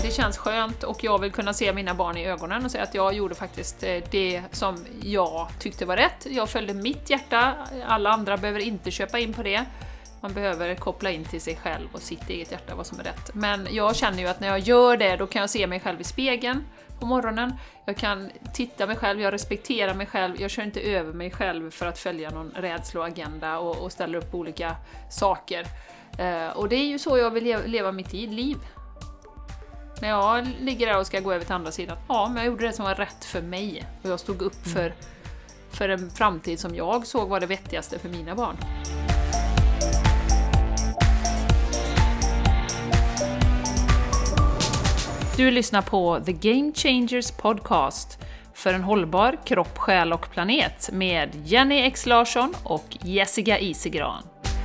det känns skönt och jag vill kunna se mina barn i ögonen och säga att jag gjorde faktiskt det som jag tyckte var rätt. Jag följde mitt hjärta, alla andra behöver inte köpa in på det. Man behöver koppla in till sig själv och sitt eget hjärta vad som är rätt. Men jag känner ju att när jag gör det, då kan jag se mig själv i spegeln på morgonen. Jag kan titta mig själv, jag respekterar mig själv. Jag kör inte över mig själv för att följa någon rädsloagenda och ställa upp olika saker. Och det är ju så jag vill leva mitt liv. När jag ligger där och ska gå över till andra sidan. Ja, men jag gjorde det som var rätt för mig. Och jag stod upp för en framtid som jag såg var det vettigaste för mina barn. Du lyssnar på The Game Changers podcast för en hållbar kropp, själ och planet med Jenny X Larsson och Jessica Isigran.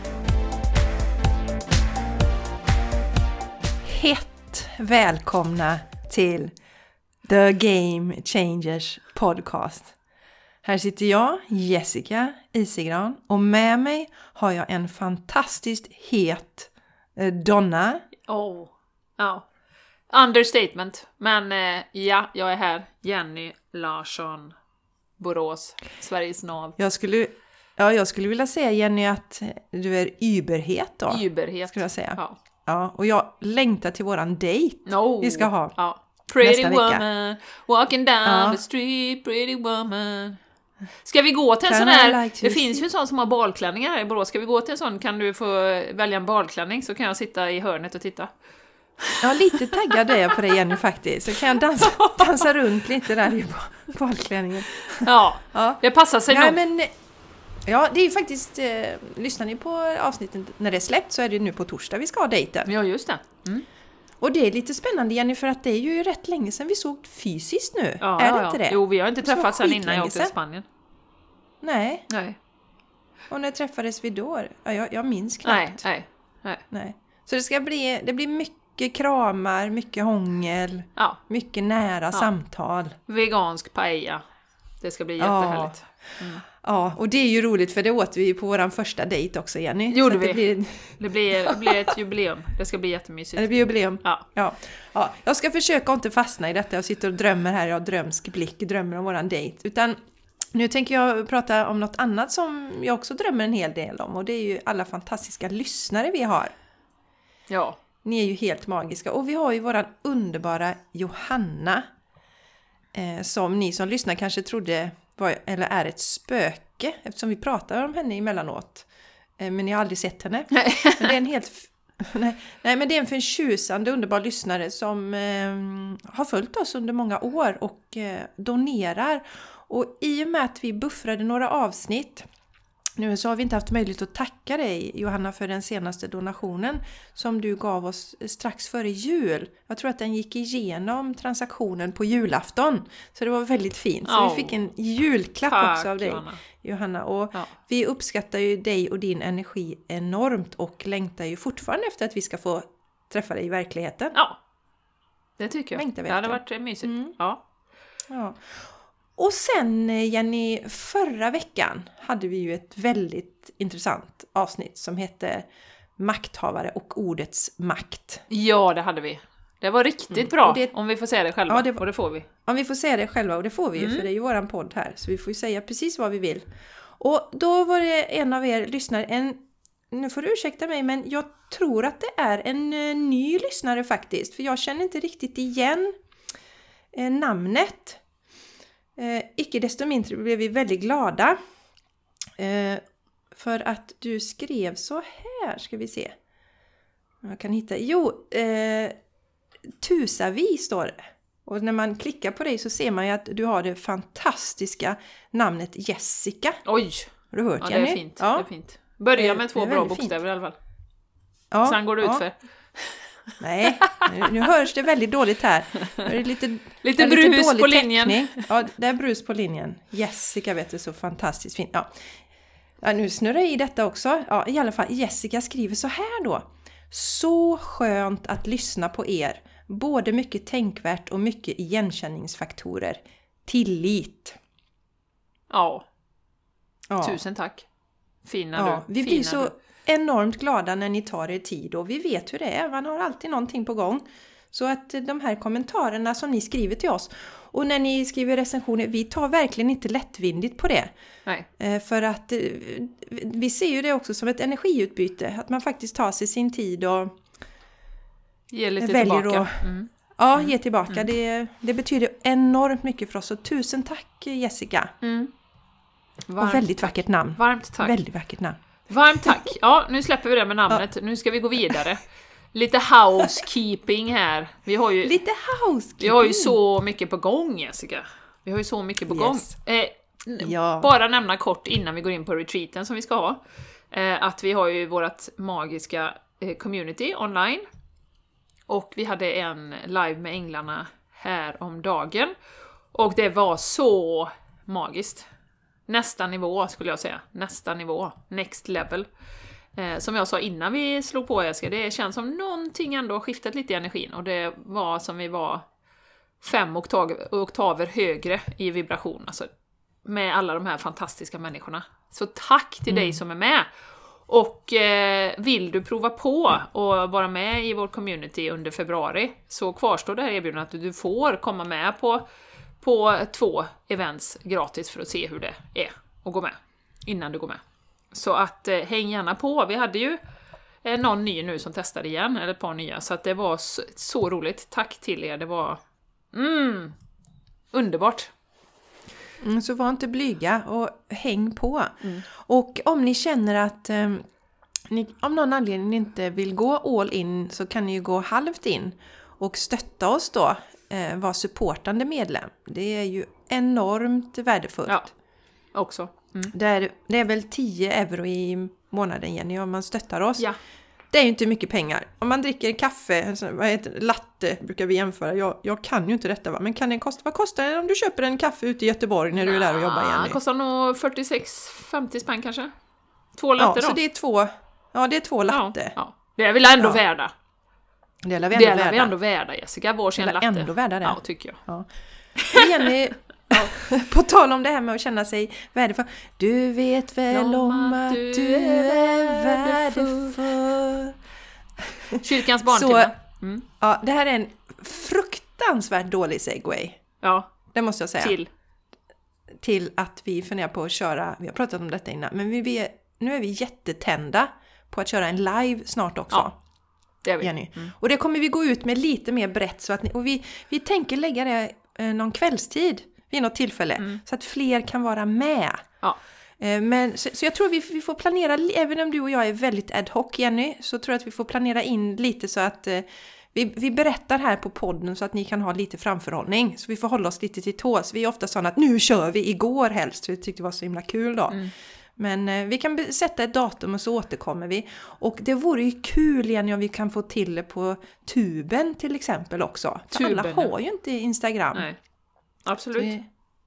Hett välkomna till The Game Changers podcast. Här sitter jag, Jessica Isigran, och med mig har jag en fantastiskt het donna. Ja. Understatement, men ja, jag är här. Jenny Larsson, Borås, Sveriges nav. Jag skulle vilja säga, Jenny, att du är überhet då. Überhet. Skulle jag säga. Ja. Ja, och jag längtar till våran date vi ska ha. Ja. Pretty nästa woman, walking down the street, pretty woman. Ska vi gå till en sån här, det finns ju en sån som har balklänningar här i Borås. Ska vi gå till en sån, kan du få välja en balklänning så kan jag sitta i hörnet och titta. Ja, lite taggad är jag på det, Jenny, faktiskt. Så kan jag dansa runt lite där i balklänningen. Ja, det passar sig nog. Men, ja, det är ju faktiskt, lyssnar ni på avsnittet när det är släppt så är det nu på torsdag vi ska ha dejten. Ja, just det. Och det är lite spännande, Jenny, för att det är ju rätt länge sedan vi såg fysiskt nu. Ja, är det inte det? Jo, vi har inte träffats sedan innan jag åkte till Spanien. Nej. Och när träffades vi då? Ja, jag minns knappt. Nej. Så det blir mycket kramar, mycket hångel, mycket nära samtal. Vegansk paella. Det ska bli jättehärligt. Ja, och det är ju roligt för det åt vi på våran första dejt också, Jenny. Gjorde vi. Det blir ett jubileum. Det ska bli jättemysigt. Det blir jubileum. Ja. Jag ska försöka inte fastna i detta. Jag sitter och drömmer här. Jag har drömsk blick, drömmer om våran dejt. Utan nu tänker jag prata om något annat som jag också drömmer en hel del om. Och det är ju alla fantastiska lyssnare vi har. Ja. Ni är ju helt magiska. Och vi har ju våran underbara Johanna. Som ni som lyssnar kanske trodde eller är ett spöke. Eftersom vi pratar om henne emellanåt. Men ni har aldrig sett henne. Men det är en helt... Nej, men det är en förtjusande, underbar lyssnare som har följt oss under många år och donerar. Och i och med att vi buffrade några avsnitt nu så har vi inte haft möjlighet att tacka dig, Johanna, för den senaste donationen som du gav oss strax före jul. Jag tror att den gick igenom transaktionen på julafton. Så det var väldigt fint. Så vi fick en julklapp också av dig, Johanna. Och vi uppskattar ju dig och din energi enormt och längtar ju fortfarande efter att vi ska få träffa dig i verkligheten. Ja, det tycker jag. Det hade varit mysigt. Ja. Och sen, Jenny, förra veckan hade vi ju ett väldigt intressant avsnitt som hette Makthavare och ordets makt. Ja, det hade vi. Det var riktigt bra, om vi får säga det själva, och det får vi. Om vi får säga det själva, och det får vi ju, för det är ju våran podd här. Så vi får ju säga precis vad vi vill. Och då var det en av er lyssnare, nu får du ursäkta mig, men jag tror att det är en ny lyssnare faktiskt. För jag känner inte riktigt igen namnet. Icke desto mindre blev vi väldigt glada för att du skrev så här, ska vi se. Jag kan hitta, Tusavi står det. Och när man klickar på dig så ser man ju att du har det fantastiska namnet Jessica. Oj! Har du hört, ja, Jenny? Det är fint. Ja. Det är fint. Börja med 2 bra bokstäver fint. I alla fall. Ja, sen går det ut för. Nej, nu hörs det väldigt dåligt här. Det är lite brus på linjen. Täckning. Ja, det är brus på linjen. Jessica, vet du, så fantastiskt fint. Ja, nu snurrar jag i detta också. Ja, i alla fall, Jessica skriver så här då. Så skönt att lyssna på er. Både mycket tänkvärt och mycket igenkänningsfaktorer. Tillit. Ja. Tusen tack. Fina du. Vi blir så enormt glada när ni tar er tid. Och vi vet hur det är. Man har alltid någonting på gång. Så att de här kommentarerna som ni skriver till oss, och när ni skriver recensioner, vi tar verkligen inte lättvindigt på det. Nej. För att vi ser ju det också som ett energiutbyte. Att man faktiskt tar sig sin tid och Ge lite väljer tillbaka. att ge tillbaka. Det betyder enormt mycket för oss. Så tusen tack Jessica. Och väldigt vackert namn. Varmt tack. Väldigt vackert namn. Varmt tack. Ja, nu släpper vi det med namnet. Nu ska vi gå vidare. Lite housekeeping här. Vi har ju så mycket på gång, Jessica. Vi har ju så mycket på gång. Bara nämna kort innan vi går in på retreaten som vi ska ha. Att vi har ju vårt magiska community online. Och vi hade en live med änglarna här om dagen. Och det var så magiskt. Nästa nivå skulle jag säga. Nästa nivå. Next level. Som jag sa innan vi slog på, Jessica, det känns som någonting ändå har skiftat lite i energin. Och det var som vi var 5 oktaver högre i vibration. Alltså, med alla de här fantastiska människorna. Så tack till dig som är med. Och vill du prova på och vara med i vår community under februari, så kvarstår det här erbjudandet att du får komma med på 2 events gratis för att se hur det är och gå med innan du går med. Så att häng gärna på. Vi hade ju någon ny nu som testade igen, eller ett par nya, så att det var så roligt. Tack till er, det var underbart. Så var inte blyga och häng på. Och om ni känner att ni om någon anledning inte vill gå all in, så kan ni ju gå halvt in och stötta oss då. Vara supportande medlem. Det är ju enormt värdefullt. Ja, också. Det är väl 10 euro i månaden, Jenny, om man stöttar oss. Ja. Det är ju inte mycket pengar. Om man dricker kaffe, latte brukar vi jämföra. Jag kan ju inte detta, va? Men vad kostar det om du köper en kaffe ute i Göteborg när du är där och jobbar, Jenny? Det kostar nog 46-50 spänn kanske. 2 latte då. Så det är 2 latte. Ja. Det är väl ändå värda. Det är vi ändå värda, Jessica. Varsin latte. Ändå värda det. Ja, tycker jag. Ja. Jenny, på tal om det här med att känna sig värdefull. Du vet väl om att du är värdefull. Kyrkans barntimme. Ja, det här är en fruktansvärt dålig segway. Ja. Det måste jag säga. Till att vi funderar på att köra, vi har pratat om detta innan, men nu är vi jättetända på att köra en live snart också. Ja, det är vi. Jenny. Och det kommer vi gå ut med lite mer brett, så att vi tänker lägga det någon kvällstid vid något tillfälle, så att fler kan vara med. Ja. Men, så jag tror vi får planera, även om du och jag är väldigt ad hoc, Jenny, så tror jag att vi får planera in lite så att vi berättar här på podden så att ni kan ha lite framförhållning. Så vi får hålla oss lite till tås. Vi är ofta sådana att nu kör vi igår helst, för jag tyckte det var så himla kul då. Men vi kan sätta ett datum och så återkommer vi. Och det vore ju kul, Jenny, om vi kan få till det på tuben till exempel också. Alla har ju inte Instagram. Nej, absolut.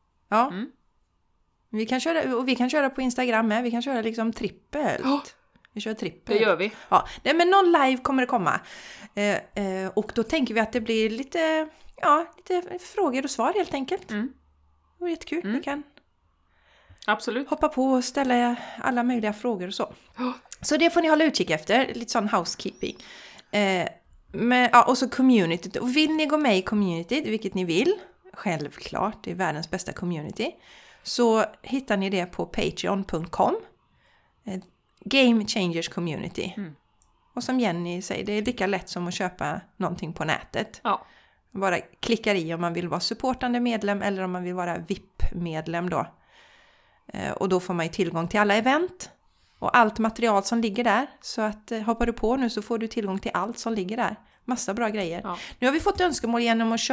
Vi kan köra på Instagram med. Vi kan köra liksom trippelt. Vi kör trippelt. Det gör vi. Ja, men någon live kommer det komma. Och då tänker vi att det blir lite frågor och svar helt enkelt. Det var jättekul. Vi kan hoppa på och ställa alla möjliga frågor och så. Så det får ni hålla utkik efter. Lite sån housekeeping. Och så community. Och vill ni gå med i community, vilket ni vill, självklart, det är världens bästa community, så hittar ni det på patreon.com. Game Changers Community. Och som Jenny säger, det är lika lätt som att köpa någonting på nätet. Ja. Bara klickar i om man vill vara supportande medlem eller om man vill vara VIP-medlem då. Och då får man ju tillgång till alla event och allt material som ligger där. Så att hoppar du på nu så får du tillgång till allt som ligger där. Massa bra grejer. Ja. Nu har vi fått önskemål genom att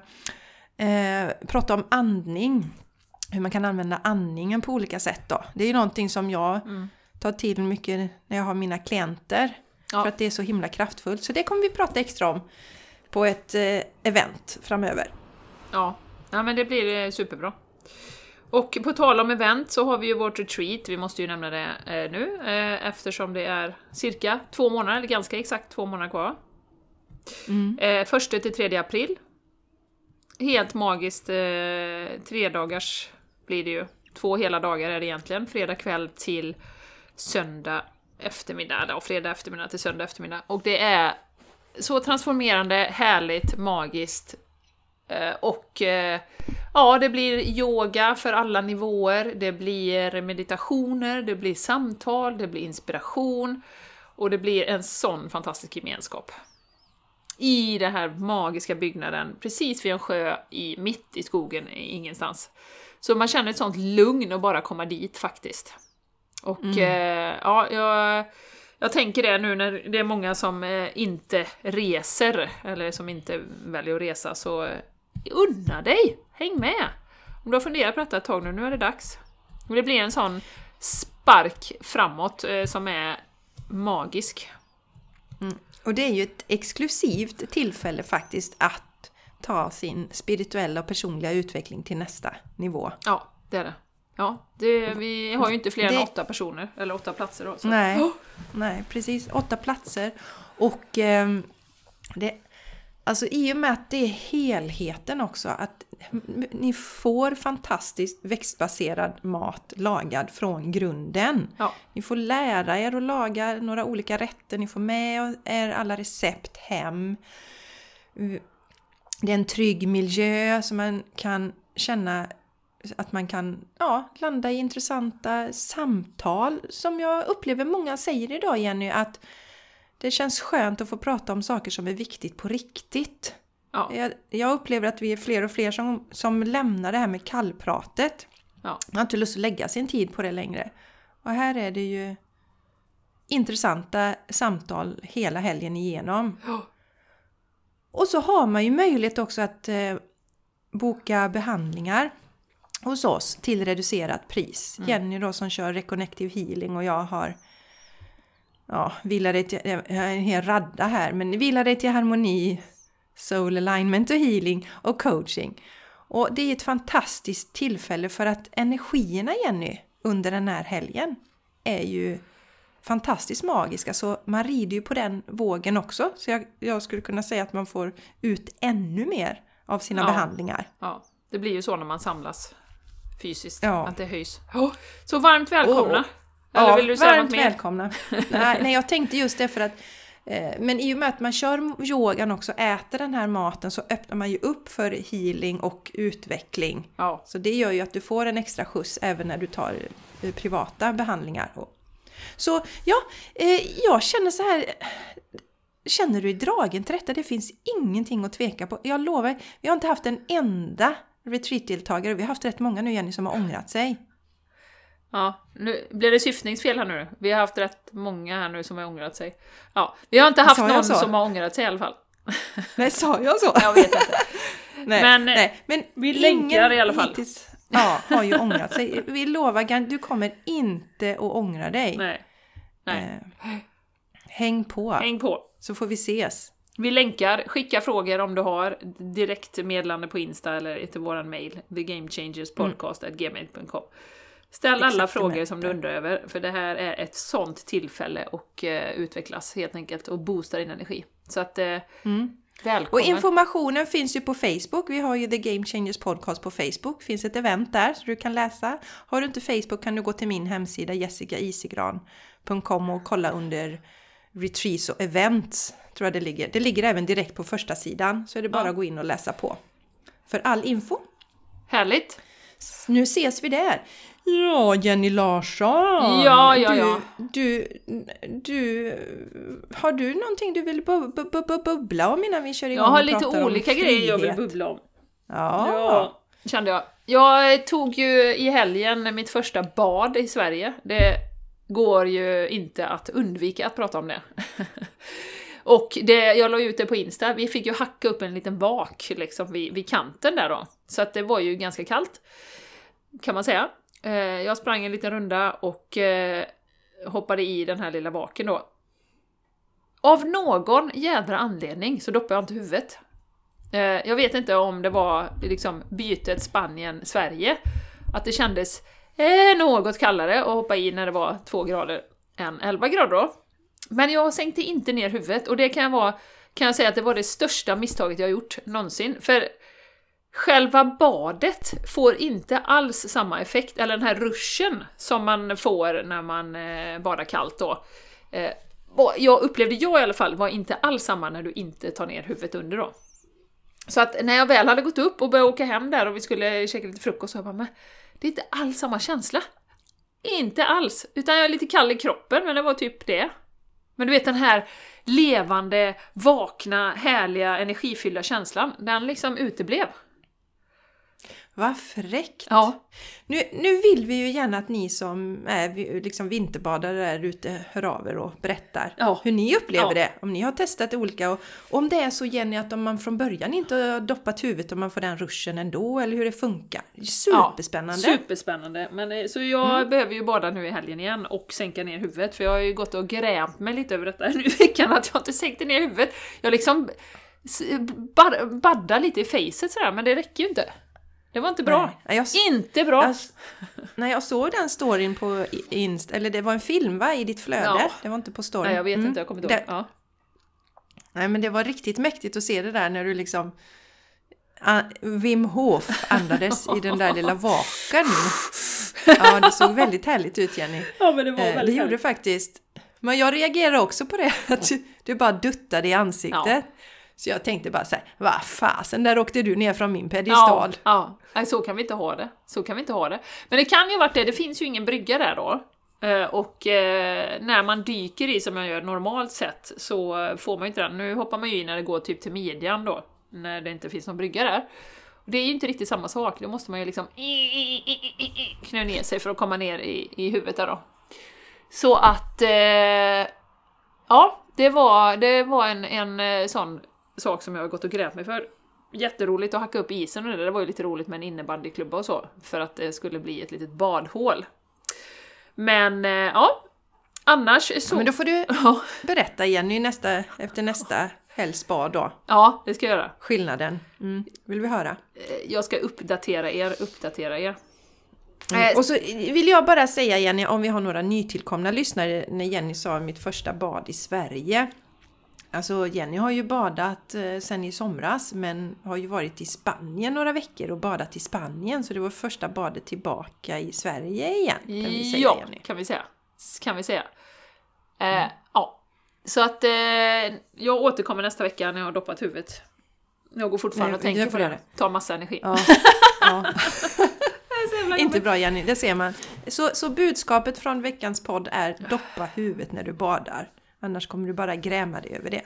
prata om andning. Hur man kan använda andningen på olika sätt då. Det är ju någonting som jag tar till mycket när jag har mina klienter. Ja. För att det är så himla kraftfullt. Så det kommer vi prata extra om på ett event framöver. Ja, men det blir superbra. Och på tal om event så har vi ju vårt retreat. Vi måste ju nämna det nu. Eftersom det är cirka 2 månader, eller ganska exakt 2 månader kvar. 1-3 april. Helt magiskt 3 dagars blir det ju. 2 hela dagar är det egentligen. Fredag kväll till söndag eftermiddag. Och fredag eftermiddag till söndag eftermiddag. Och det är så transformerande, härligt, magiskt. Och ja, det blir yoga för alla nivåer, det blir meditationer, det blir samtal, det blir inspiration och det blir en sån fantastisk gemenskap. I den här magiska byggnaden, precis vid en sjö mitt i skogen, ingenstans. Så man känner ett sånt lugn att bara komma dit faktiskt. Och ja, jag tänker det nu när det är många som inte reser, eller som inte väljer att resa, så unna dig, häng med. Om du har funderat på detta ett tag nu är det dags. Och det blir en sån spark framåt som är magisk. Och det är ju ett exklusivt tillfälle faktiskt att ta sin spirituella och personliga utveckling till nästa nivå. Ja, det är det. Ja, vi har ju inte fler än 8 personer, eller 8 platser då. Så. Nej, precis. 8 platser. Och alltså i och med att det är helheten också, att ni får fantastiskt växtbaserad mat lagad från grunden. Ja. Ni får lära er att laga några olika rätter, ni får med er alla recept hem. Det är en trygg miljö som man kan känna att man kan landa i intressanta samtal. Som jag upplever många säger idag, Jenny, att det känns skönt att få prata om saker som är viktigt på riktigt. Ja. Jag upplever att vi är fler och fler som lämnar det här med kallpratet. Ja. Man har inte lust att lägga sin tid på det längre. Och här är det ju intressanta samtal hela helgen igenom. Ja. Och så har man ju möjlighet också att boka behandlingar hos oss till reducerat pris. Jenny då som kör Reconnective Healing och jag har vila dig till, jag har en hel radda här, men vila dig till harmoni, soul alignment och healing och coaching. Och det är ett fantastiskt tillfälle för att energierna, Jenny, under den här helgen är ju fantastiskt magiska, så man rider ju på den vågen också. Så jag skulle kunna säga att man får ut ännu mer av sina behandlingar. Ja, det blir ju så när man samlas fysiskt, att det höjs. Så varmt välkomna! Eller vill du säga något mer? Välkomna. Nej, jag tänkte just det för att men i och med att man kör yogan också, äter den här maten, så öppnar man ju upp för healing och utveckling. Ja. Så det gör ju att du får en extra skjuts även när du tar privata behandlingar. Så jag känner så här, känner du i dragen till detta? Det finns ingenting att tveka på. Jag lovar, vi har inte haft en enda retreat-deltagare. Vi har haft rätt många nu, Jenny, som har ångrat sig. Ja, nu blir det syftningsfel här nu. Vi har haft rätt många här nu som har ångrat sig. Ja, vi har inte haft någon som har ångrat sig i alla fall. Nej, sa jag så? Jag vet inte. Men vi länkar i alla fall. Hittills, har ju ångrat sig. Vi lovar, du kommer inte att ångra dig. Nej. Häng på. Så får vi ses. Vi länkar, skicka frågor om du har direkt meddelande på Insta eller till våran mail, thegamechangerspodcast@gmail.com. Ställ alla frågor som du undrar över, för det här är ett sånt tillfälle och utvecklas helt enkelt och boostar din energi. Så att välkommen. Och informationen finns ju på Facebook. Vi har ju The Game Changers Podcast på Facebook. Finns ett event där så du kan läsa. Har du inte Facebook kan du gå till min hemsida jessicaisigran.com och kolla under retreats och events. Tror jag det ligger. Det ligger även direkt på första sidan, så är det bara att gå in och läsa på. För all info. Härligt. Nu ses vi där. Ja, Jenny Larsson. Ja. Du har du någonting du vill bubbla om innan vi kör igång? Jag har lite olika grejer jag vill bubbla om. Ja. Kände jag. Jag tog ju i helgen mitt första bad i Sverige. Det går ju inte att undvika att prata om det. Och jag la ut det på Insta. Vi fick ju hacka upp en liten vak liksom vid kanten där då. Så att det var ju ganska kallt, kan man säga. Jag sprang en liten runda och hoppade i den här lilla vaken då. Av någon jädra anledning så doppade jag inte huvudet. Jag vet inte om det var liksom bytet Spanien-Sverige. Att det kändes något kallare att hoppa i när det var 2 grader än 11 grader då. Men jag sänkte inte ner huvudet, och det kan jag säga att det var det största misstaget jag gjort någonsin. För själva badet får inte alls samma effekt, eller den här ruschen som man får när man badar kallt då. jag upplevde i alla fall var inte alls samma när du inte tar ner huvudet under då. Så att när jag väl hade gått upp och började åka hem där och vi skulle käka lite frukost så jag bara, men det är inte alls samma känsla. Inte alls. Utan jag är lite kall i kroppen, men det var typ det. Men du vet den här levande, vakna, härliga, energifyllda känslan, den liksom uteblev. Vad fräckt! Ja. Nu vill vi ju gärna att ni som är liksom vinterbadare där ute hör av er och berättar hur ni upplever det. Om ni har testat olika och om det är så, Jenny, att om man från början inte har doppat huvudet och man får den ruschen ändå, eller hur det funkar. Superspännande! Ja, superspännande. Men, så jag behöver ju bada nu i helgen igen och sänka ner huvudet, för jag har ju gått och grämt mig lite över detta nu i veckan att jag inte sänkte ner huvudet. Jag liksom baddar lite i facet sådär, men det räcker ju inte. Det var inte bra. Nej, inte bra. När jag såg den storyn på Insta, eller det var en film i ditt flöde. Ja. Det var inte på storyn. Nej, jag vet inte, jag kommer inte ihåg. Nej, men det var riktigt mäktigt att se det där när du liksom Wim Hof andades i den där lilla vaken. Ja, det såg väldigt härligt ut, Jenny. Ja, men det var väldigt det gjorde faktiskt. Men jag reagerade också på det, att du bara duttade i ansiktet. Ja. Så jag tänkte bara så här, vad fasen, där åkte du ner från min pedestal. Ja. Nej, så kan vi inte ha det. Men det kan ju varit det finns ju ingen brygga där då. Och när man dyker i som man gör normalt sett så får man ju inte den. Nu hoppar man ju in när det går typ till midjan då, när det inte finns någon brygga där. Och det är ju inte riktigt samma sak, då måste man ju liksom knö ner sig för att komma ner i huvudet där då. Så att det var en sån sak som jag har gått och grävt mig för. Jätteroligt att hacka upp isen och det var ju lite roligt med en innebandyklubba och så, för att det skulle bli ett litet badhål. Men annars så... Men då får du berätta, Jenny, efter nästa helgsbad då. Ja, det ska jag göra. Skillnaden. Vill vi höra? Jag ska uppdatera er. Och så vill jag bara säga, Jenny, om vi har några nytillkomna lyssnare, när Jenny sa mitt första bad i Sverige. Alltså Jenny har ju badat sen i somras, men har ju varit i Spanien några veckor och badat i Spanien, så det var första badet tillbaka i Sverige igen, kan vi säga, ja, Jenny. kan vi säga. Ja, så att jag återkommer nästa vecka när jag har doppat huvudet. Jag går fortfarande och tänker på det. Tar massa energi. Ja. Inte bra, Jenny, det ser man. Så budskapet från veckans podd är: doppa huvudet när du badar. Annars kommer du bara gräma dig över det.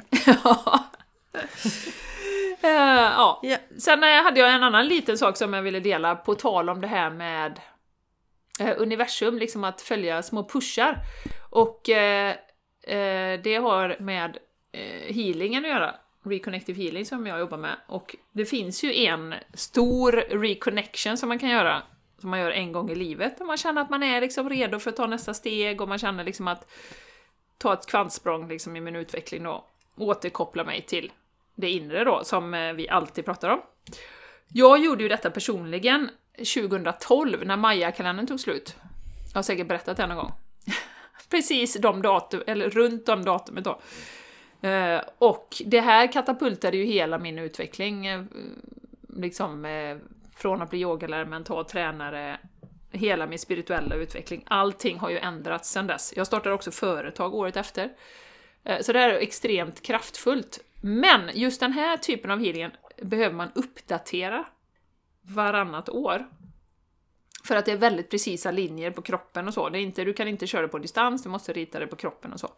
Ja. Sen hade jag en annan liten sak som jag ville dela på tal om det här med universum, liksom att följa små pushar. Och det har med healingen att göra. Reconnective healing som jag jobbar med. Och det finns ju en stor reconnection som man kan göra, som man gör en gång i livet. Och man känner att man är liksom redo för att ta nästa steg, och man känner liksom att ta ett kvantsprång liksom i min utveckling då, återkoppla mig till det inre då, som vi alltid pratar om. Jag gjorde ju detta personligen 2012 när Maya-kalendern tog slut. Jag har säkert berättat det någon gång. Precis de datum, eller runt de datumet då. Och det här katapultade ju hela min utveckling, liksom från att bli yogalärare, mental tränare, hela min spirituella utveckling. Allting har ju ändrats sedan dess. Jag startade också företag året efter. Så det här är extremt kraftfullt. Men just den här typen av healingen behöver man uppdatera varannat år. För att det är väldigt precisa linjer på kroppen och så. Det är inte, du kan inte köra på distans, du måste rita det på kroppen och så.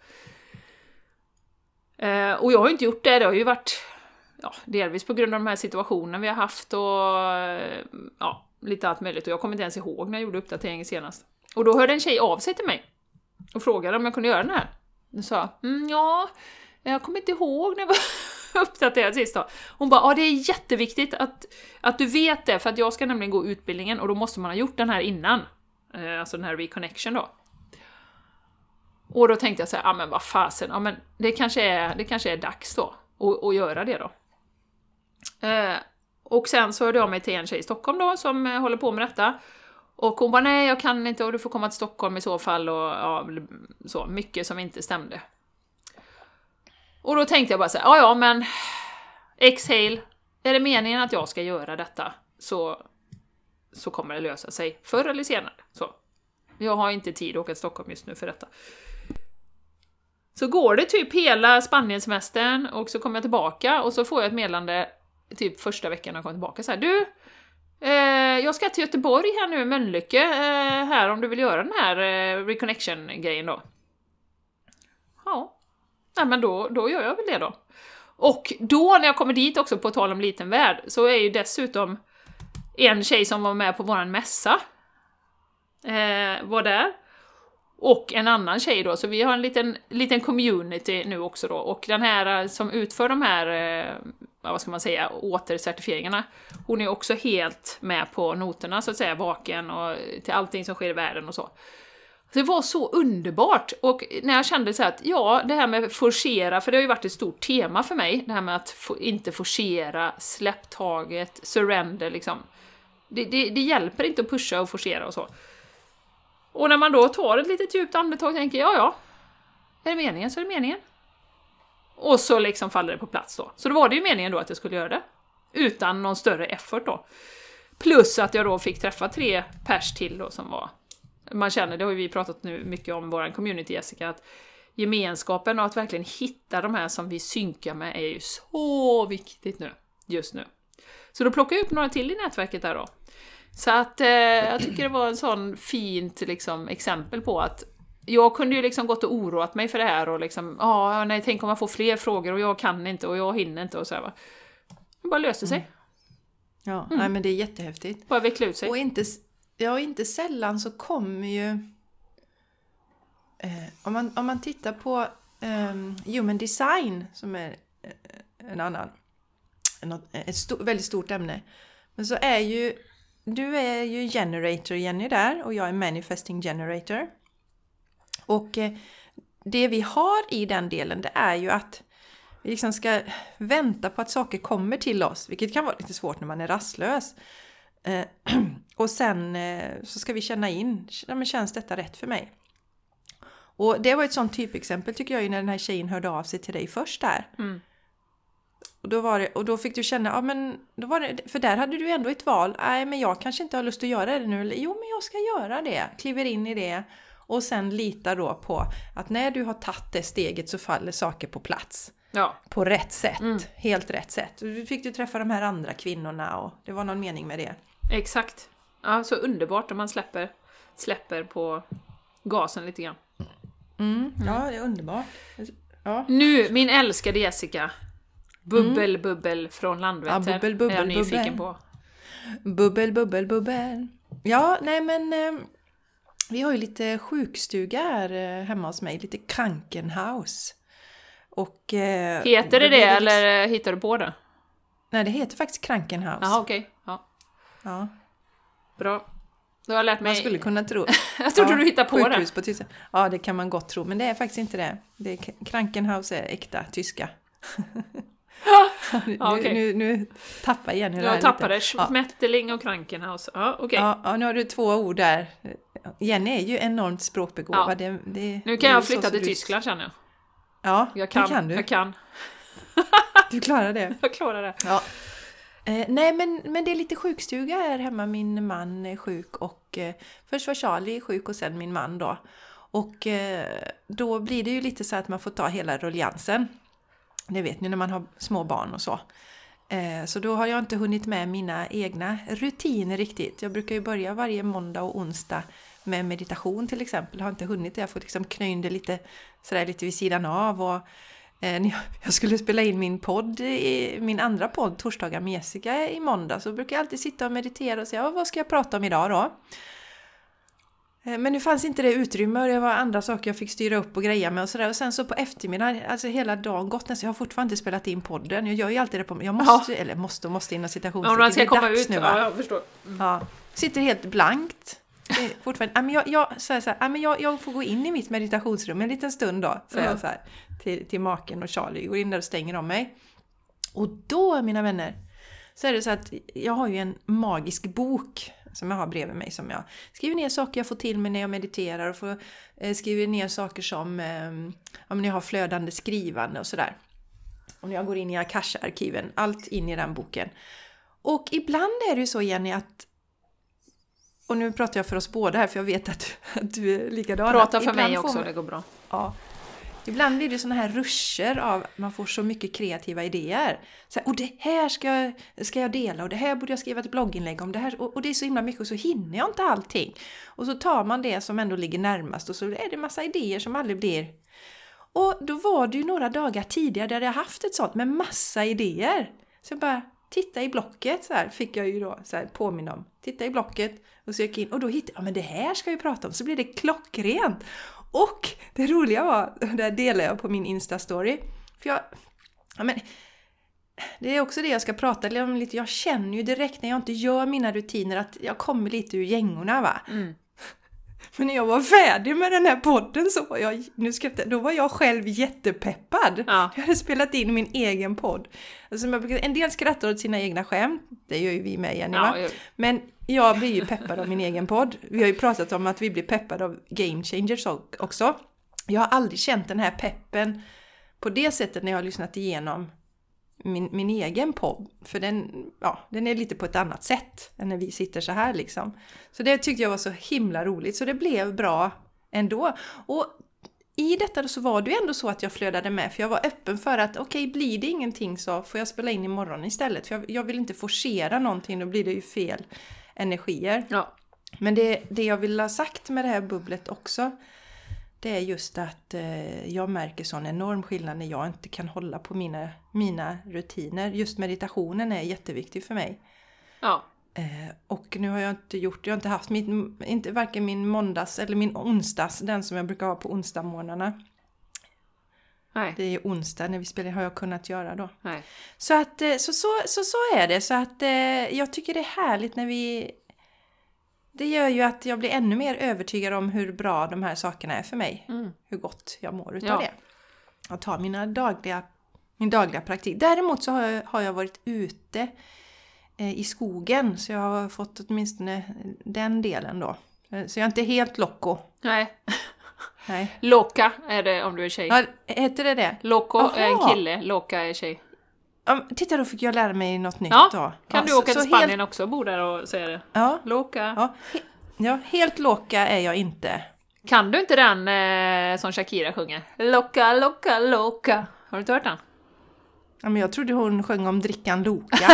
Och jag har ju inte gjort det. Det har ju varit delvis på grund av de här situationerna vi har haft och lite allt möjligt. Och jag kommer inte ens ihåg när jag gjorde uppdateringen senast. Och då hörde en tjej av sig till mig och frågade om jag kunde göra den här. Jag sa, jag kommer inte ihåg när jag var uppdaterad sist då. Hon bara, det är jätteviktigt att du vet det, för att jag ska nämligen gå utbildningen och då måste man ha gjort den här innan. Alltså den här reconnection då. Och då tänkte jag så här, men vad fasen, men det kanske är dags då att göra det då. Och sen så hörde jag mig till en tjej i Stockholm då som håller på med detta. Och hon bara, nej jag kan inte och du får komma till Stockholm i så fall, och så mycket som inte stämde. Och då tänkte jag bara så här, men exhale, är det meningen att jag ska göra detta så kommer det lösa sig förr eller senare. Så jag har inte tid att åka till Stockholm just nu för detta. Så går det typ hela Spaniensemestern och så kommer jag tillbaka och så får jag ett meddelande typ första veckan när jag kommer tillbaka så här: du, jag ska till Göteborg här nu, Mölnlycke, här om du vill göra den här reconnection-grejen då. Ja, men då gör jag väl det då. Och då när jag kommer dit också, på tal om liten värld, så är ju dessutom en tjej som var med på våran mässa var där. Och en annan tjej då, så vi har en liten community nu också då. Och den här som utför de här, vad ska man säga, återcertifieringarna, hon är också helt med på noterna så att säga, vaken och till allting som sker i världen och så. Det var så underbart, och när jag kände så här att ja, det här med forcera, för det har ju varit ett stort tema för mig, det här med att inte forcera, släpptaget, surrender liksom. Det hjälper inte att pusha och forcera och så. Och när man då tar ett litet djupt andetag och tänker, ja, är det meningen så är det meningen. Och så liksom faller det på plats då. Så då var det ju meningen då att jag skulle göra det. Utan någon större effort då. Plus att jag då fick träffa 3 pers till då som var... Man känner, det har ju vi pratat nu mycket om vår community, Jessica, att gemenskapen och att verkligen hitta de här som vi synkar med är ju så viktigt nu, just nu. Så då plockar jag upp några till i nätverket där då. Så att jag tycker det var en sån fint liksom, exempel på att jag kunde ju liksom gått och oroat mig för det här och liksom, nej, tänk om man får fler frågor och jag kan inte och jag hinner inte och så här, va. Det bara löste sig. Ja, nej, men det är jättehäftigt. Bara veckla ut sig. Och inte sällan så kommer ju om man tittar på human design som är ett väldigt stort ämne. Men så är ju du är ju generator, Jenny, där, och jag är manifesting generator. Och det vi har i den delen, det är ju att vi liksom ska vänta på att saker kommer till oss, vilket kan vara lite svårt när man är rastlös. Och sen så ska vi känna in, men känns detta rätt för mig? Och det var ett sånt typexempel tycker jag, när den här tjejen hörde av sig till dig först där. Mm. Och då fick du känna, ja men då var det, för där hade du ändå ett val. Nej, men jag kanske inte har lust att göra det nu. Jo, men jag ska göra det. Kliver in i det. Och sen litar då på att när du har tagit det steget så faller saker på plats. Ja. På rätt sätt. Helt rätt sätt. Och du fick du träffa de här andra kvinnorna och det var någon mening med det. Exakt. Ja, så underbart om man släpper på gasen lite grann. Ja, det är underbart. Ja. Nu, min älskade Jessica. Bubbel från Landvetter. Ja, bubbel, är jag nyfiken på. Bubbel. Ja, nej men vi har ju lite sjukstuga här hemma hos mig. Lite Krankenhaus. Och, heter det eller hittar du på det? Nej, det heter faktiskt Krankenhaus. Jaha, okej. Ja. Bra. Då har jag lärt mig. Man skulle kunna tro. Jag trodde du hittade på sjukhus det. På tyska. Ja, det kan man gott tro. Men det är faktiskt inte det. Krankenhaus är äkta tyska. Nu tappar igen. Jag tappade Schmetterling och Krankenhaus. Ja, okej. Ja, nu har du 2 ord där. Jenny är ju enormt språkbegåvad. Ja. Nu kan jag flytta till Tyskland, känner jag. Ja, jag kan. Det kan du. Jag kan. Du klarar det. Jag klarar det. Ja. Nej, men det är lite sjukstuga här hemma. Min man är sjuk och först var Charlie sjuk och sen min man då. Och då blir det ju lite så att man får ta hela rulliansen. Det vet ni när man har små barn och så. Så då har jag inte hunnit med mina egna rutiner riktigt. Jag brukar ju börja varje måndag och onsdag med meditation till exempel. Jag har inte hunnit det. Jag får liksom knöja det lite vid sidan av. Och jag skulle spela in min andra podd, Torsdagar med Jessica, i måndag. Så brukar jag alltid sitta och meditera och säga, vad ska jag prata om idag då? Men nu fanns inte det utrymme och det var andra saker jag fick styra upp och greja med och sådär. Och sen så på eftermiddagen, alltså hela dagen gått nästan, jag har fortfarande inte spelat in podden. Jag gör ju alltid det på, jag måste inom citationstecken. Om man ska komma ut nu, jag förstår. Ja, sitter helt blankt. Fortfarande, jag får gå in i mitt meditationsrum en liten stund då, säger jag så här till maken och Charlie. Går in där och stänger om mig. Och då, mina vänner, så är det så att jag har ju en magisk bok som jag har bredvid mig, som jag skriver ner saker jag får till mig när jag mediterar och skriver ner saker som när jag har flödande skrivande och sådär. Och när jag går in i Akasha-arkiven, allt in i den boken. Och ibland är det ju så, Jenny, att, och nu pratar jag för oss båda här för jag vet att du är likadan. Prata för mig också, det går bra. Ja. Ibland blir det såna här ruscher av man får så mycket kreativa idéer. Så här, och det här ska jag dela och det här borde jag skriva ett blogginlägg om. Det här, och det är så himla mycket och så hinner jag inte allting. Och så tar man det som ändå ligger närmast och så är det massa idéer som aldrig blir. Och då var det ju några dagar tidigare där jag haft ett sånt med massa idéer. Så jag bara titta i blocket så här fick jag ju då så här påminna om. Titta i blocket och så gick in och då hittade jag, men det här ska vi prata om. Så blir det klockrent. Och det roliga var, där delar jag på min Insta-story. För det är också det jag ska prata om lite. Jag känner ju direkt när jag inte gör mina rutiner att jag kommer lite ur gängorna, va? Mm. Men när jag var färdig med den här podden så var då var jag själv jättepeppad. Ja. Jag hade spelat in min egen podd. Alltså, en del skrattar åt sina egna skämt. Det gör ju vi med, Jenny, va? Ja. Men jag blir ju peppad av min egen podd. Vi har ju pratat om att vi blir peppade av Game Changers också. Jag har aldrig känt den här peppen på det sättet när jag har lyssnat igenom min egen podd. För den är lite på ett annat sätt än när vi sitter så här liksom. Så det tyckte jag var så himla roligt. Så det blev bra ändå. Och i detta så var det ju ändå så att jag flödade med. För jag var öppen för att okej, blir det ingenting så får jag spela in imorgon istället. För jag vill inte forcera någonting, då blir det ju fel energier. Ja. Men det jag vill ha sagt med det här bubblet också, det är just att jag märker sån enorm skillnad när jag inte kan hålla på mina rutiner. Just meditationen är jätteviktig för mig. Ja. Och nu har jag inte haft varken min måndags eller min onsdags, den som jag brukar ha på onsdagsmorgnarna. Nej. Det är ju onsdag när vi spelar, har jag kunnat göra då. Nej. Så att så är det. Så att jag tycker det är härligt när vi... Det gör ju att jag blir ännu mer övertygad om hur bra de här sakerna är för mig. Mm. Hur gott jag mår utav det. Jag tar min dagliga praktik. Däremot så har jag varit ute i skogen. Så jag har fått åtminstone den delen då. Så jag är inte helt loco. Nej. Loka är det om du är tjej. Ja, heter det? Loco är en kille, loka är tjej. Titta, då fick jag lära mig något nytt då. Kan du åka till Spanien också och bo där och säga det? Ja. Loka. Ja, helt loka är jag inte. Kan du inte den som Shakira sjunger? Loka, loka, loka. Har du inte hört den? Ja, men jag trodde hon sjöng om drickan Loka.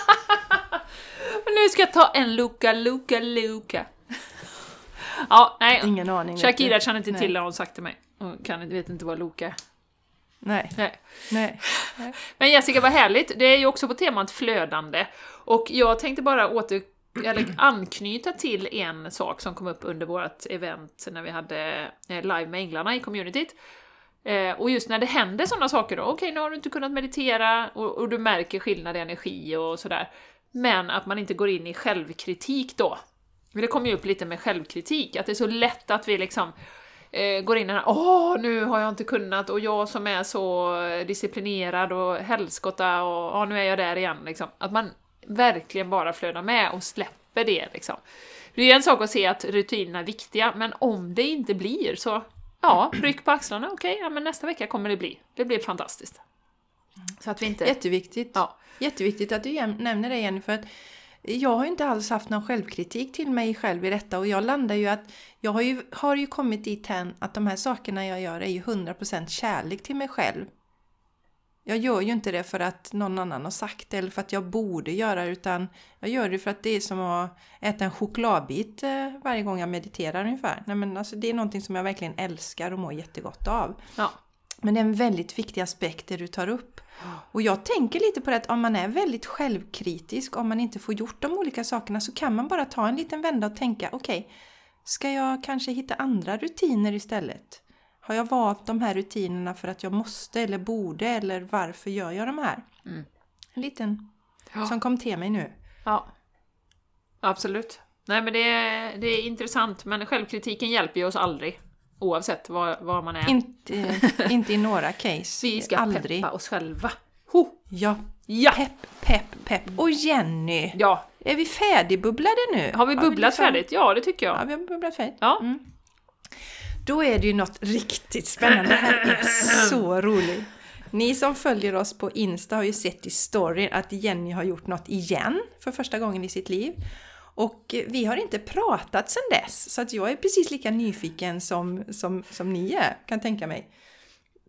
Nu ska jag ta en Loka, Loka, Loka. Ja, nej. Ingen aning. Shakira känner inte till det hon sagt till mig. Hon vet inte vad Loka är. Nej. Men Jessica, vad härligt. Det är ju också på temat flödande. Och jag tänkte bara anknyta till en sak som kom upp under vårt event när vi hade live med änglarna i communityt. Och just när det händer sådana saker då. Okej, nu har du inte kunnat meditera och du märker skillnad i energi och sådär. Men att man inte går in i självkritik då. Det kommer ju upp lite med självkritik. Att det är så lätt att vi liksom... går in och nu har jag inte kunnat och jag som är så disciplinerad och helskotta och nu är jag där igen liksom. Att man verkligen bara flödar med och släpper det liksom. Det är en sak att se att rutinerna är viktiga, men om det inte blir så ryck på axlarna, men nästa vecka kommer det blir fantastiskt. Så att vi inte... Jätteviktigt att du nämner det igen, för att jag har ju inte alls haft någon självkritik till mig själv i detta, och jag landar ju att jag har ju kommit dit än att de här sakerna jag gör är ju 100% kärlek till mig själv. Jag gör ju inte det för att någon annan har sagt det eller för att jag borde göra det, utan jag gör det för att det är som att äta en chokladbit varje gång jag mediterar ungefär. Nej, men alltså, det är någonting som jag verkligen älskar och mår jättegott av. Ja. Men det är en väldigt viktig aspekt det du tar upp. Och jag tänker lite på det att om man är väldigt självkritisk, om man inte får gjort de olika sakerna, så kan man bara ta en liten vända och tänka, okej, ska jag kanske hitta andra rutiner istället? Har jag valt de här rutinerna för att jag måste eller borde, eller varför gör jag de här? Mm. En liten som kom till mig nu. Ja, absolut. Nej, men det är intressant, men självkritiken hjälper ju oss aldrig. Oavsett vad man är. Inte i några case. Vi ska aldrig peppa oss själva. Ja. Pepp. Och Jenny. Ja. Är vi färdigbubblade nu? Har vi bubblat färdigt? Ja, det tycker jag. Ja, vi har bubblat färdigt. Ja. Mm. Då är det ju något riktigt spännande. Det här är så roligt. Ni som följer oss på Insta har ju sett i storyn att Jenny har gjort något igen för första gången i sitt liv. Och vi har inte pratat sedan dess, så att jag är precis lika nyfiken som ni är, kan tänka mig.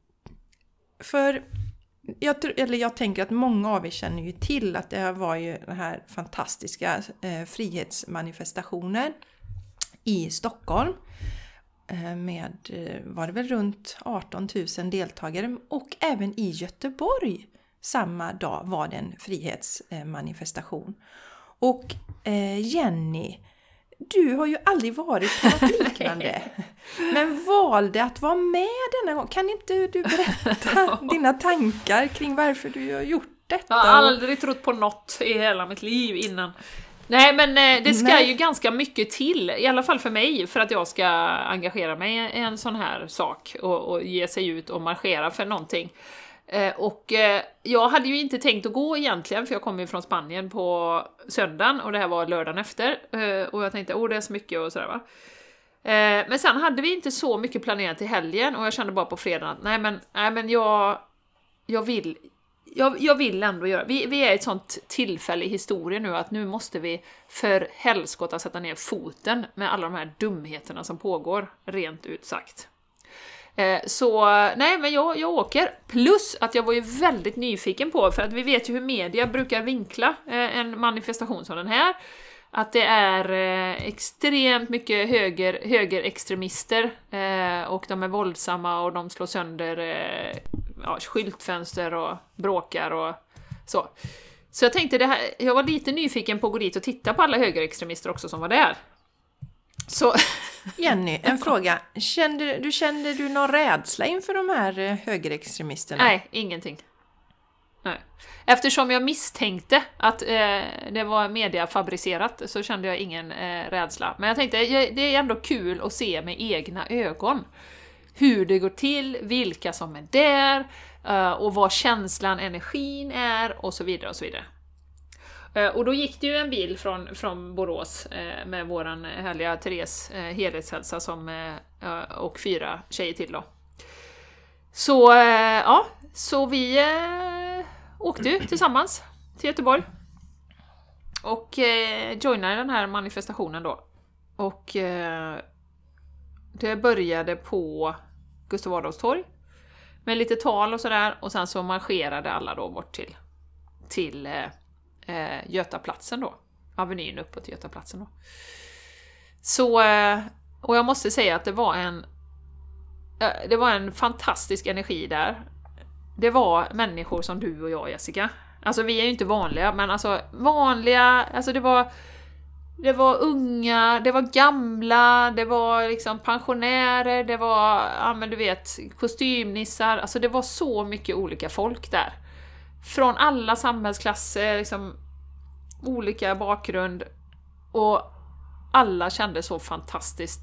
För jag tänker att många av er känner ju till att det var ju den här fantastiska frihetsmanifestationen i Stockholm med, var det väl runt 18 000 deltagare, och även i Göteborg samma dag var det en frihetsmanifestation. Och Jenny, du har ju aldrig varit på något liknande, men valde att vara med denna gång. Kan inte du berätta dina tankar kring varför du har gjort detta? Jag har aldrig trott på något i hela mitt liv innan. Nej, men det ska ju ganska mycket till, i alla fall för mig, för att jag ska engagera mig i en sån här sak och ge sig ut och marschera för någonting. Och jag hade ju inte tänkt att gå egentligen, för jag kom ju från Spanien på söndagen och det här var lördagen efter, och jag tänkte, det är så mycket och sådär va. Men sen hade vi inte så mycket planerat till helgen, och jag kände bara på fredagen att nej men jag vill ändå göra. Vi är i ett sånt tillfälle i historien nu att nu måste vi för helskotta sätta ner foten med alla de här dumheterna som pågår, rent ut sagt. Så nej, men jag åker. Plus att jag var ju väldigt nyfiken på, för att vi vet ju hur media brukar vinkla en manifestation som den här. Att det är extremt mycket högerextremister och de är våldsamma och de slår sönder skyltfönster och bråkar och så. Så jag tänkte, jag var lite nyfiken på att gå dit och titta på alla högerextremister också som var där. Så Jenny, en fråga. Kände du någon rädsla inför de här högerextremisterna? Nej, ingenting. Nej. Eftersom jag misstänkte att det var mediafabricerat så kände jag ingen rädsla. Men jag tänkte, det är ändå kul att se med egna ögon hur det går till, vilka som är där och vad känslan, energin är och så vidare och så vidare. Och då gick det ju en bil från Borås med våran härliga Therese helhetshälsa och 4 tjejer till då. Så vi åkte ju tillsammans till Göteborg och joinade den här manifestationen då. Och det började på Gustav Adolfs torg med lite tal och sådär, och sen så marscherade alla då bort till Götaplatsen då, avenyn uppåt till Götaplatsen då. Så, och jag måste säga att det var en fantastisk energi där. Det var människor som du och jag, Jessica. Alltså vi är ju inte vanliga, men alltså det var unga, det var gamla, det var liksom pensionärer, det var, men du vet, kostymnissar. Alltså det var så mycket olika folk där. Från alla samhällsklasser, liksom olika bakgrund, och alla kände så fantastiskt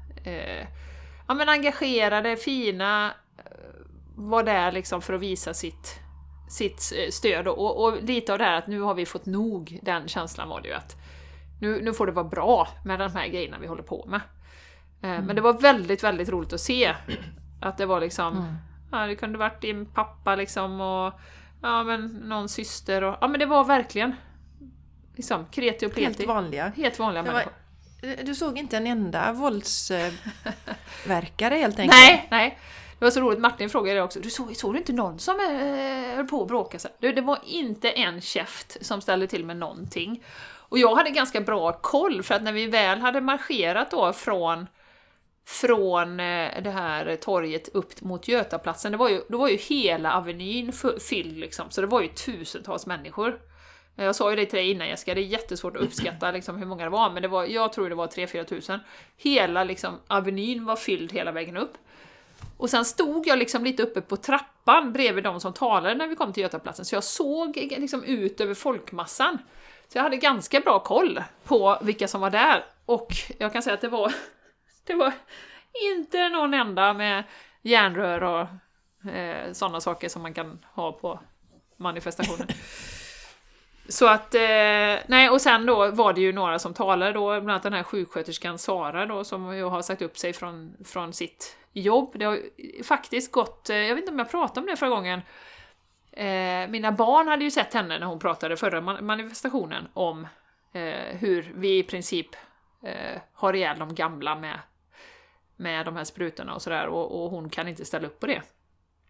engagerade, fina, var där liksom för att visa sitt stöd och lite av det här att nu har vi fått nog, den känslan var det ju att nu får det vara bra med de här grejerna vi håller på med. Men det var väldigt, väldigt roligt att se att det var liksom det kunde varit din pappa liksom och någon syster och men det var verkligen liksom kreti och pleti. Helt vanliga människor. Du såg inte en enda våldsverkare helt enkelt? Nej. Det var så roligt, Martin frågade det också. Såg du inte någon som höll på att bråka sig? Det var inte en käft som ställde till med någonting. Och jag hade ganska bra koll, för att när vi väl hade marscherat då från det här torget upp mot Götaplatsen, då var ju hela avenyn fylld liksom, så det var ju tusentals människor. Jag sa ju det till dig innan, Jessica, det är jättesvårt att uppskatta liksom hur många det var, men jag tror det var 3-4 tusen. Hela liksom avenyn var fylld hela vägen upp. Och sen stod jag liksom lite uppe på trappan bredvid de som talade när vi kom till Götaplatsen, så jag såg liksom ut över folkmassan. Så jag hade ganska bra koll på vilka som var där, och jag kan säga att det var inte någon enda med järnrör och sådana saker som man kan ha på manifestationen. Så att, och sen då var det ju några som talade då, bland annat den här sjuksköterskan Sara då, som ju har sagt upp sig från sitt jobb. Det har faktiskt gått, jag vet inte om jag pratade om det förra gången, mina barn hade ju sett henne när hon pratade förra manifestationen om hur vi i princip har ihjäl de gamla med de här sprutorna och sådär, och hon kan inte ställa upp på det.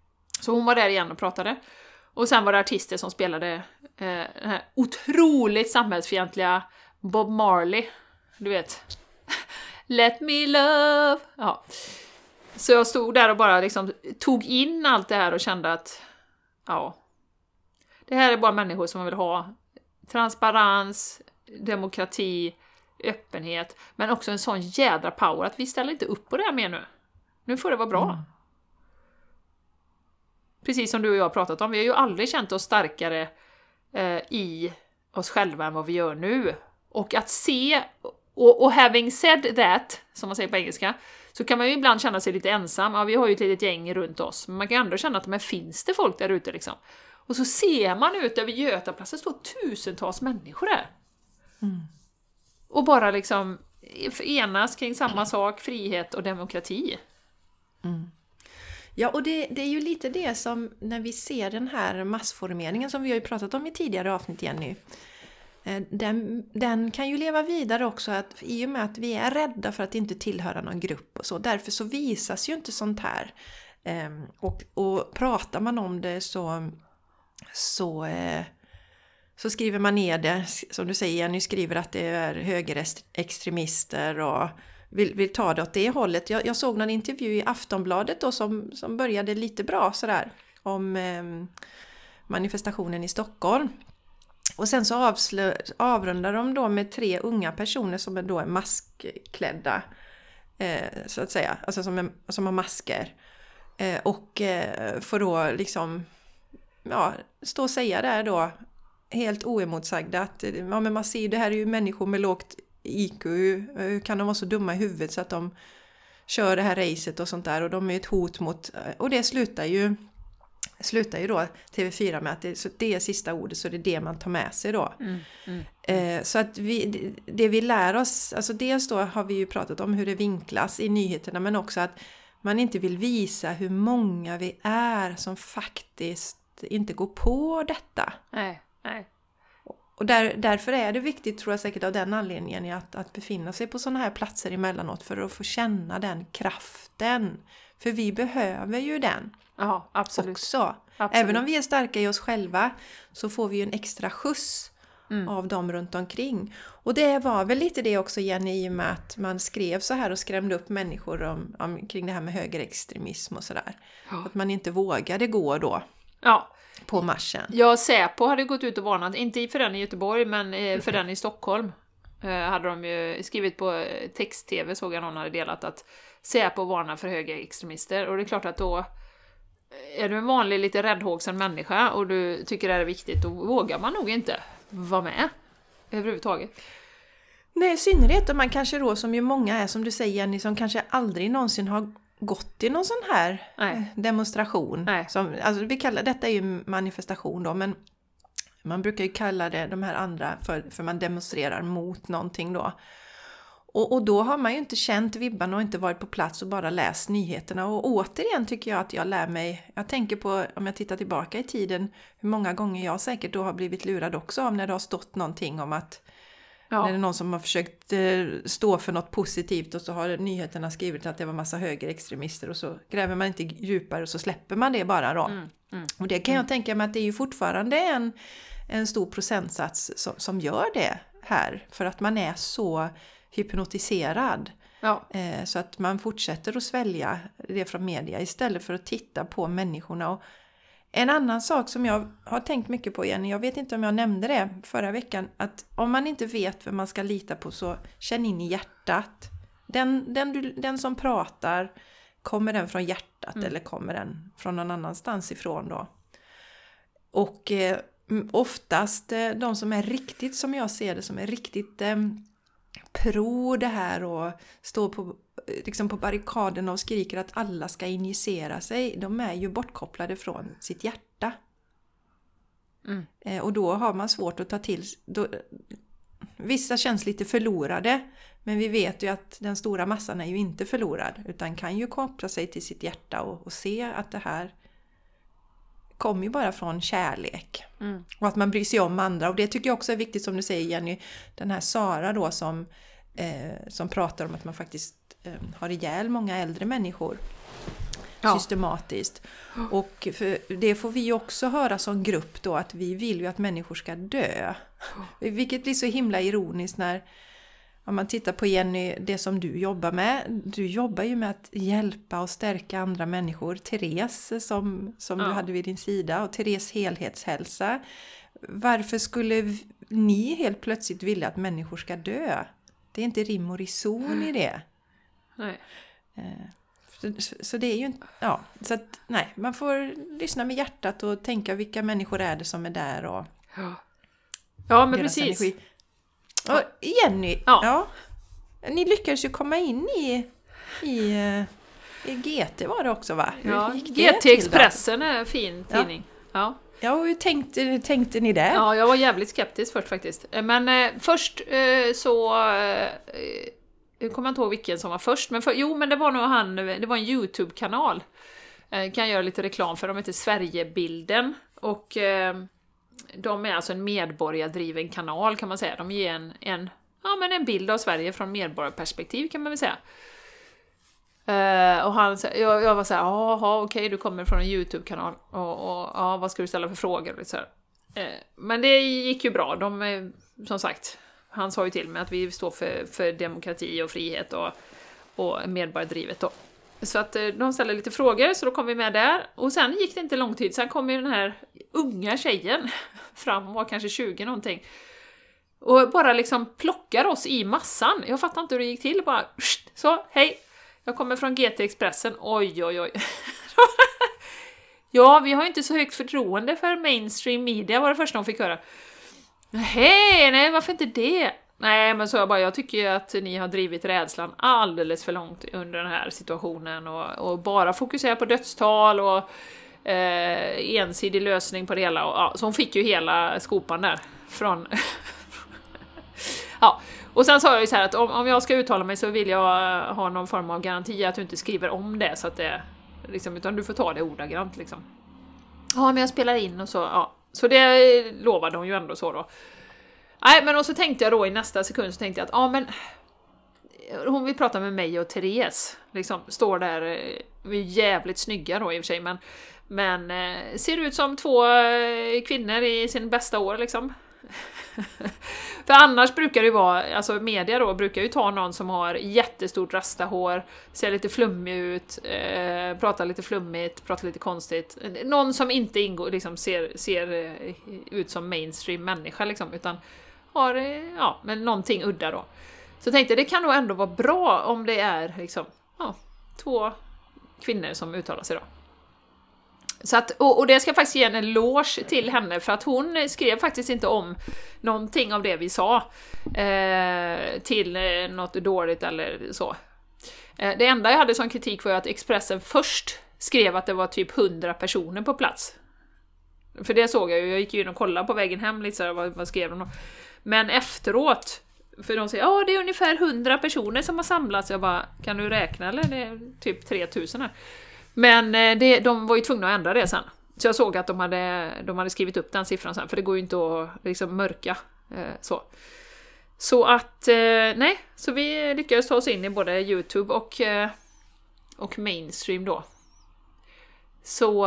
Så hon var där igen och pratade. Och sen var det artister som spelade den här otroligt samhällsfientliga Bob Marley. Du vet. Let me love. Ja. Så jag stod där och bara liksom tog in allt det här och kände att ja, det här är bara människor som vill ha transparens, demokrati, öppenhet, men också en sån jädra power att vi ställer inte upp på det här mer nu. Nu får det vara bra. Precis som du och jag har pratat om, vi har ju aldrig känt oss starkare i oss själva än vad vi gör nu. Och att se, och having said that, som man säger på engelska, så kan man ju ibland känna sig lite ensam. Ja, vi har ju ett litet gäng runt oss, men man kan ändå känna att men finns det folk där ute liksom. Och så ser man ut över Götaplatsen, står tusentals människor där. Och bara liksom enas kring samma sak, frihet och demokrati. Ja, och det är ju lite det som när vi ser den här massformeringen som vi har ju pratat om i tidigare avsnitt igen nu. Den kan ju leva vidare också att i och med att vi är rädda för att inte tillhöra någon grupp och så. Därför så visas ju inte sånt här. Och pratar man om det så skriver man ner det. Som du säger, ni skriver att det är högerextremister och vill ta det åt det hållet. Jag såg någon intervju i Aftonbladet då som började lite bra sådär om manifestationen i Stockholm. Och sen så avrundar de då med 3 unga personer som då är maskklädda så att säga, alltså som har masker och får då liksom stå och säga där då helt oemotsagda att ja, men man ser det här är ju människor med lågt IQ, hur kan de vara så dumma i huvudet så att de kör det här racet och sånt där, och de är ett hot mot, och det slutar ju då TV4 med att det är sista ordet, så det är det man tar med sig då. Så att det vi lär oss, alltså dels då har vi ju pratat om hur det vinklas i nyheterna, men också att man inte vill visa hur många vi är som faktiskt inte går på detta. Nej. Och därför är det viktigt, tror jag säkert av den anledningen, att befinna sig på sådana här platser emellanåt för att få känna den kraften. För vi behöver ju den. Ja, absolut. Också. Absolut. Även om vi är starka i oss själva så får vi ju en extra skjuts av dem runt omkring. Och det var väl lite det också, Jenny, i och med att man skrev så här och skrämde upp människor kring det här med högerextremism och sådär. Ja. Att man inte vågade gå då. Ja. På marschen. Ja, Säpo hade gått ut och varnat, inte för den i Göteborg men för den i Stockholm. Hade de ju skrivit på text-tv, såg jag någon hade delat, att Säpo varnar för högerextremister. Och det är klart att då är du en vanlig lite räddhågsen människa och du tycker det är viktigt, då vågar man nog inte vara med överhuvudtaget. Nej, i synnerhet om man kanske då, som ju många är, som du säger Jenny, som kanske aldrig någonsin har gått i någon sån här demonstration. Alltså vi kallar, detta är ju manifestation då, men man brukar ju kalla det de här andra för man demonstrerar mot någonting då. Och då har man ju inte känt vibbarna och inte varit på plats och bara läst nyheterna. Och återigen tycker jag att jag lär mig, jag tänker på, om jag tittar tillbaka i tiden, hur många gånger jag säkert då har blivit lurad också av när det har stått någonting om att när det är någon som har försökt stå för något positivt och så har nyheterna skrivit att det var massa högerextremister, och så gräver man inte djupare och så släpper man det bara då. Och det kan jag tänka mig att det är ju fortfarande en stor procentsats som gör det här, för att man är så hypnotiserad. Så att man fortsätter att svälja det från media istället för att titta på människorna. Och en annan sak som jag har tänkt mycket på, Jenny, jag vet inte om jag nämnde det förra veckan, att om man inte vet vem man ska lita på, så känn in i hjärtat. Den som pratar, kommer den från hjärtat eller kommer den från någon annanstans ifrån då? Och oftast de som är riktigt, som jag ser det, som är riktigt pro det här och står på barrikaden och skriker att alla ska injicera sig, de är ju bortkopplade från sitt hjärta. Och då har man svårt att ta till. Vissa känns lite förlorade, men vi vet ju att den stora massan är ju inte förlorad, utan kan ju koppla sig till sitt hjärta och se att det här kommer ju bara från kärlek. Och att man bryr sig om andra. Och det tycker jag också är viktigt, som du säger Jenny, den här Sara då som pratar om att man faktiskt har ihjäl många äldre människor. systematiskt. Och för det får vi också höra som grupp då, att vi vill ju att människor ska dö. Vilket blir så himla ironiskt när om man tittar på Jenny, det som du jobbar med. Du jobbar ju med att hjälpa och stärka andra människor. Therese som du hade vid din sida och Therese helhetshälsa. Varför skulle ni helt plötsligt vilja att människor ska dö? Det är inte rim och reson i det. Nej. Så det är ju så att nej, man får lyssna med hjärtat och tänka vilka människor är det som är där och ja men precis. Energi. Och Jenny, ni lyckades ju komma in i GT var det också, va? Ja, GT Expressen är en fin tidning. Ja. Ja, och hur tänkte ni där? Ja, jag var jävligt skeptisk först faktiskt. Men först så jag kommer inte ihåg vilken som var först, men men det var nog det var en YouTube-kanal. Kan jag göra lite reklam för, de heter Sverigebilden och de är alltså en medborgardriven kanal kan man säga. De ger en bild av Sverige från medborgarperspektiv kan man väl säga. Och jag var så här, okej, du kommer från en YouTube-kanal och vad ska du ställa för frågor och så här. Men det gick ju bra. De som sagt, han sa ju till mig att vi står för demokrati och frihet och medborgardrivet då. Så att de ställde lite frågor, så då kom vi med där. Och sen gick det inte lång tid, sen kom ju den här unga tjejen fram, var kanske 20 någonting. Och bara liksom plockar oss i massan. Jag fattar inte hur det gick till, bara så, hej, jag kommer från GT Expressen, oj. Ja, vi har ju inte så högt förtroende för mainstream media, var det första de fick höra. Nej, varför inte det? Nej, men så jag tycker ju att ni har drivit rädslan alldeles för långt under den här situationen och bara fokusera på dödstal och ensidig lösning på det hela. Och, så hon fick ju hela skopan där från... Och sen sa jag ju så här att om jag ska uttala mig så vill jag ha någon form av garanti att du inte skriver om det så att det liksom, utan du får ta det ordagrant liksom. Ja, men jag spelar in och så, ja. Så det lovade hon ju ändå så då. Nej, men och så tänkte jag då i nästa sekund så tänkte jag att men hon vill prata med mig och Therese liksom, står där, vi är jävligt snygga då i och för sig, men ser ut som två kvinnor i sin bästa år liksom. För annars brukar det vara, alltså media då brukar ju ta någon som har jättestort rastahår, ser lite flummig ut, pratar lite flummigt, pratar lite konstigt, någon som inte ingår, liksom ser ut som mainstream människa liksom, utan har men någonting udda då. Så tänkte jag, det kan nog ändå vara bra om det är liksom, två kvinnor som uttalar sig då. Så att, och det ska faktiskt ge en eloge till henne, för att hon skrev faktiskt inte om någonting av det vi sa till något dåligt eller så. Det enda jag hade som kritik var att Expressen först skrev att det var typ 100 personer på plats. För det såg jag gick ju in och kollade på vägen hem lite så här, vad skrev de då. Men efteråt, för de säger, det är ungefär 100 personer som har samlats. Jag bara, kan du räkna eller? Det är typ 3000 här. Men de var ju tvungna att ändra det sen. Så jag såg att de hade skrivit upp den siffran sen. För det går ju inte att liksom mörka så. Så att, så vi lyckades ta oss in i både YouTube och mainstream då. Så,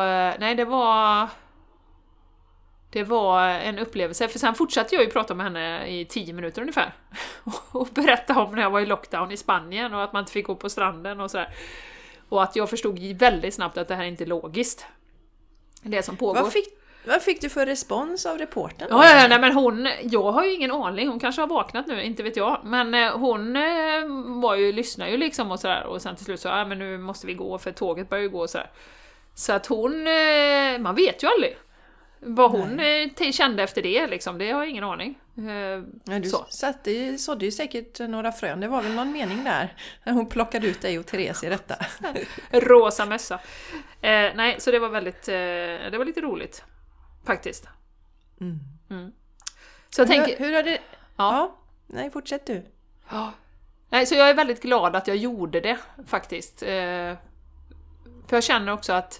det var en upplevelse. För sen fortsatte jag ju prata med henne i 10 minuter ungefär. Och berätta om när jag var i lockdown i Spanien och att man inte fick gå på stranden och sådär. Och att jag förstod väldigt snabbt att det här inte är logiskt. Det som pågår. Vad fick du för respons av reportern? Nej, men jag har ju ingen aning. Hon kanske har vaknat nu, inte vet jag. Men hon lyssnar ju liksom och sådär. Och sen till slut så, men nu måste vi gå för tåget börjar ju gå och sådär. Så att man vet ju aldrig vad hon kände efter det liksom. Det har jag ingen aning. Du sådde ju säkert några frön. Det var väl någon mening där när hon plockade ut dig och Therese i detta. Rosa mössa. Så det var väldigt det var lite roligt faktiskt. Så jag tänker, hur har det... Ja. Nej, fortsätt du. Ja. Nej, så jag är väldigt glad att jag gjorde det faktiskt. För jag känner också att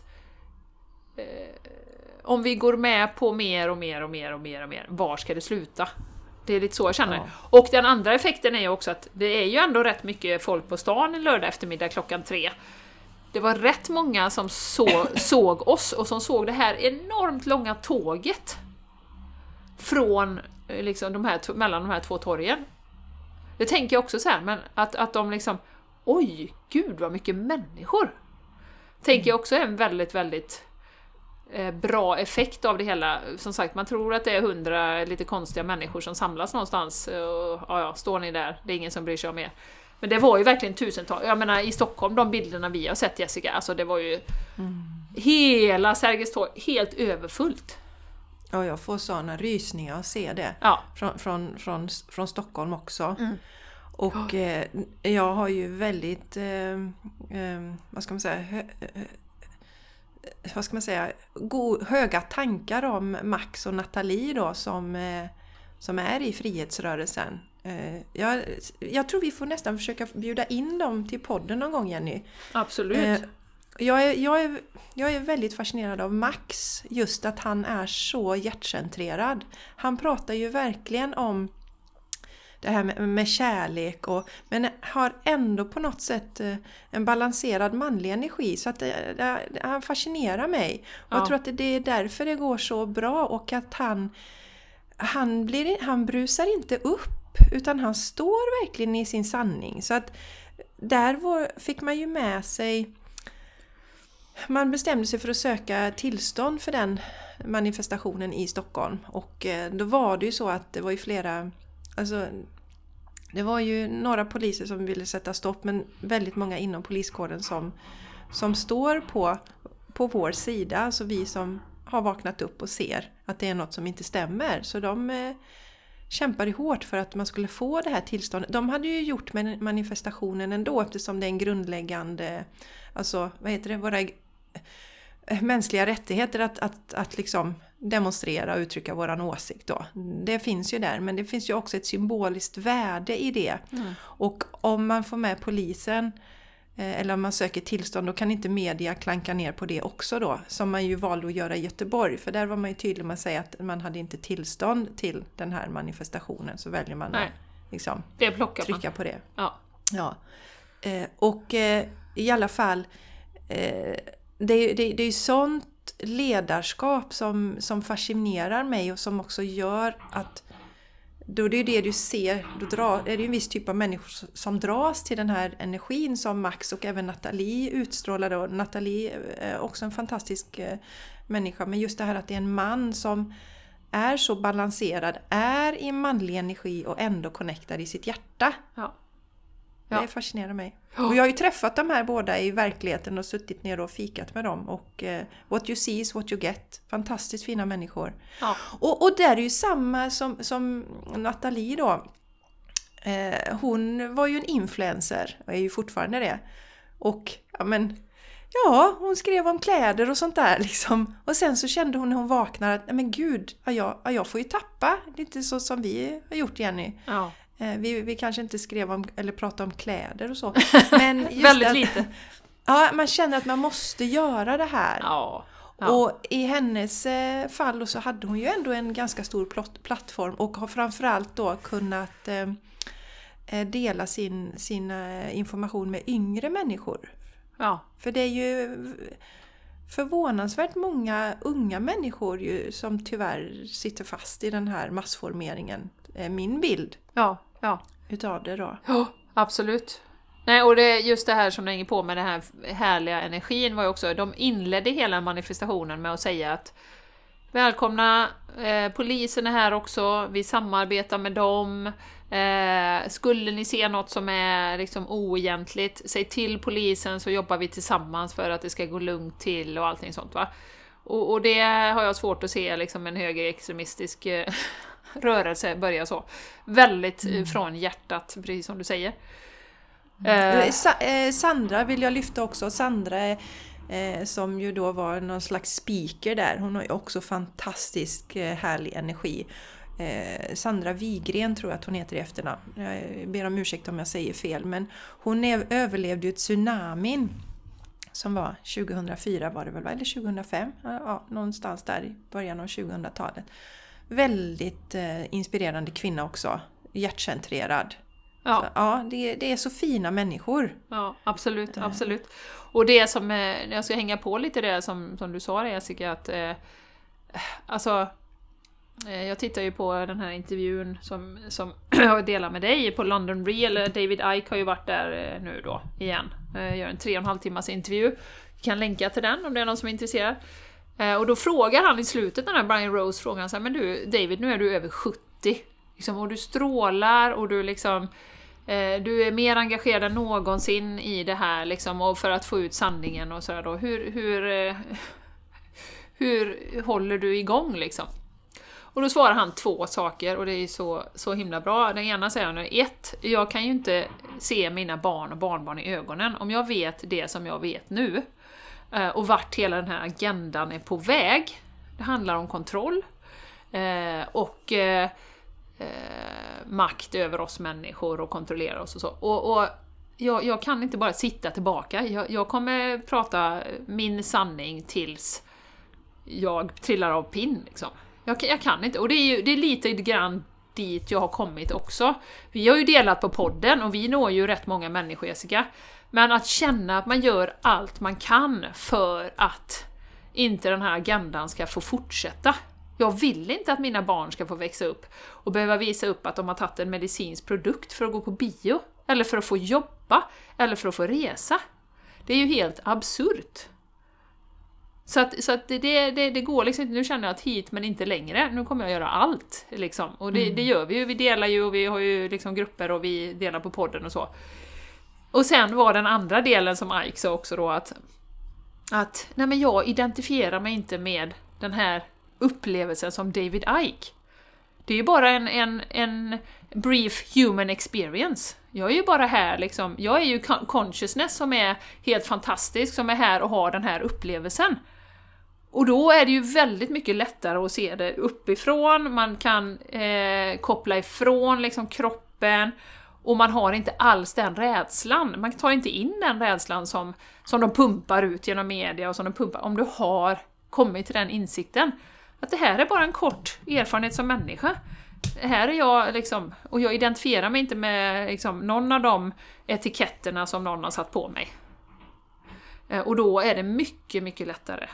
om vi går med på mer, var ska det sluta? Det är lite så jag känner. Ja. Och den andra effekten är ju också att det är ju ändå rätt mycket folk på stan en lördag eftermiddag 3:00. det var rätt många som såg oss och som såg det här enormt långa tåget från liksom mellan de här två torgen. Det tänker jag också så här, men att de liksom, oj, gud vad mycket människor. Tänker jag också är en väldigt, väldigt bra effekt av det hela. Som sagt, man tror att det är 100 lite konstiga människor som samlas någonstans och ja, står ni där, det är ingen som bryr sig om er. Men det var ju verkligen tusentals. Jag menar, i Stockholm, de bilderna vi har sett, Jessica, alltså det var ju hela Sergels torg helt överfullt. Ja, jag får sådana rysningar att se det. Ja. Från Stockholm också. Och jag har ju väldigt höga tankar om Max och Nathalie då, som är i frihetsrörelsen. Jag tror vi får nästan försöka bjuda in dem till podden någon gång, Jenny. Absolut. Jag är väldigt fascinerad av Max, just att han är så hjärtcentrerad. Han pratar ju verkligen om det här med kärlek, men har ändå på något sätt en balanserad manlig energi, så att han fascinerar mig. Och jag tror att det är därför det går så bra, och att han brusar inte upp, utan han står verkligen i sin sanning. Så att där fick man ju med sig, man bestämde sig för att söka tillstånd för den manifestationen i Stockholm, och då var det ju så att det var ju flera, alltså det var ju några poliser som ville sätta stopp, men väldigt många inom poliskåren som står på vår sida, alltså vi som har vaknat upp och ser att det är något som inte stämmer. Så de kämpade hårt för att man skulle få det här tillståndet. De hade ju gjort manifestationen ändå, eftersom det är en grundläggande, alltså våra mänskliga rättigheter att liksom demonstrera och uttrycka våran åsikt då. Det finns ju där, men det finns ju också ett symboliskt värde i det. Och om man får med polisen eller om man söker tillstånd, då kan inte media klanka ner på det också då, som man ju valde att göra i Göteborg, för där var man ju tydlig med att säga att man hade inte tillstånd till den här manifestationen, så väljer man att liksom trycka på det. Ja. Och i alla fall det är ju sånt ledarskap som fascinerar mig, och som också gör att då det är det du ser, då är det ju en viss typ av människor som dras till den här energin som Max och även Nathalie utstrålade. Och Nathalie är också en fantastisk människa, men just det här att det är en man som är så balanserad, är i manlig energi och ändå connectad i sitt hjärta. Ja. Det fascinerar mig. Och jag har ju träffat de här båda i verkligheten och suttit ner och fikat med dem. Och what you see is what you get. Fantastiskt fina människor. Ja. Och där är ju samma som Nathalie då. Hon var ju en influencer och är ju fortfarande det. Och hon skrev om kläder och sånt där liksom. Och sen så kände hon när hon vaknade att men gud, jag får ju tappa. Lite så som vi har gjort, Jenny. Ja. Vi kanske inte skrev om eller pratade om kläder och så. Men just väldigt lite. Ja, man känner att man måste göra det här. Ja. Och i hennes fall så hade hon ju ändå en ganska stor plattform, och har framförallt då kunnat dela sin information med yngre människor. Ja. För det är ju förvånansvärt många unga människor ju som tyvärr sitter fast i den här massformeringen. Min bild. Ja. Utav det då. Ja, absolut. Nej, och det just det här som hänger på med den här härliga energin var ju också, de inledde hela manifestationen med att säga att välkomna, polisen är här också, vi samarbetar med dem, skulle ni se något som är liksom oegentligt, säg till polisen så jobbar vi tillsammans för att det ska gå lugnt till och allting sånt, va? Och det har jag svårt att se liksom en högerextremistisk rörelse börja så. Väldigt från hjärtat, precis som du säger. Sandra vill jag lyfta också. Sandra som ju då var någon slags speaker där. Hon har ju också fantastisk härlig energi. Sandra Wigren tror jag att hon heter i efternamn. Jag ber om ursäkt om jag säger fel. Men hon överlevde ju ett tsunamin som var 2004 var det väl, eller 2005? Ja, någonstans där i början av 2000-talet. Väldigt inspirerande kvinna också. Hjärtcentrerad. Ja. Så, ja, det är så fina människor. Ja, absolut, absolut. Och det som, jag ska hänga på lite det som du sa Jessica, att alltså, jag tittar ju på den här intervjun som jag delar med dig på London Real. David Icke har ju varit där nu då igen. Gör en 3,5 timmars intervju. Jag kan länka till den om det är någon som är intresserad. Och då frågar han i slutet, den här Brian Rose frågan så här, men du David, nu är du över 70 liksom, och du strålar och du liksom du är mer engagerad än någonsin i det här liksom, och för att få ut sanningen och sådär då. Hur håller du igång liksom? Och då svarar han 2 saker och det är så himla bra. Den ena säger han, 1, jag kan ju inte se mina barn och barnbarn i ögonen om jag vet det som jag vet nu. Och vart hela den här agendan är på väg. Det handlar om kontroll och makt över oss människor och kontrollera oss och så. Och jag kan inte bara sitta tillbaka. Jag kommer prata min sanning tills jag trillar av pinn liksom. Jag kan inte. Och det är lite grann dit jag har kommit också. Vi har ju delat på podden och vi når ju rätt många människor, Jessica. Men att känna att man gör allt man kan för att inte den här agendan ska få fortsätta. Jag vill inte att mina barn ska få växa upp och behöva visa upp att de har tagit en medicinsk produkt för att gå på bio. Eller för att få jobba. Eller för att få resa. Det är ju helt absurt. Så att det går liksom inte. Nu känner jag att hit men inte längre. Nu kommer jag göra allt. Liksom. Och det gör vi ju. Vi delar ju och vi har ju liksom grupper och vi delar på podden och så. Och sen var den andra delen som Ike sa också då att nej men jag identifierar mig inte med den här upplevelsen som David Icke. Det är ju bara en brief human experience. Jag är ju bara här liksom, jag är ju consciousness som är helt fantastisk, som är här och har den här upplevelsen. Och då är det ju väldigt mycket lättare att se det uppifrån, man kan koppla ifrån liksom kroppen. Och man har inte alls den rädslan. Man tar inte in den rädslan som de pumpar ut genom media och som de pumpar. Om du har kommit till den insikten. Att det här är bara en kort erfarenhet som människa. Här är jag liksom, och jag identifierar mig inte med liksom, någon av de etiketterna som någon har satt på mig. Och då är det mycket, mycket lättare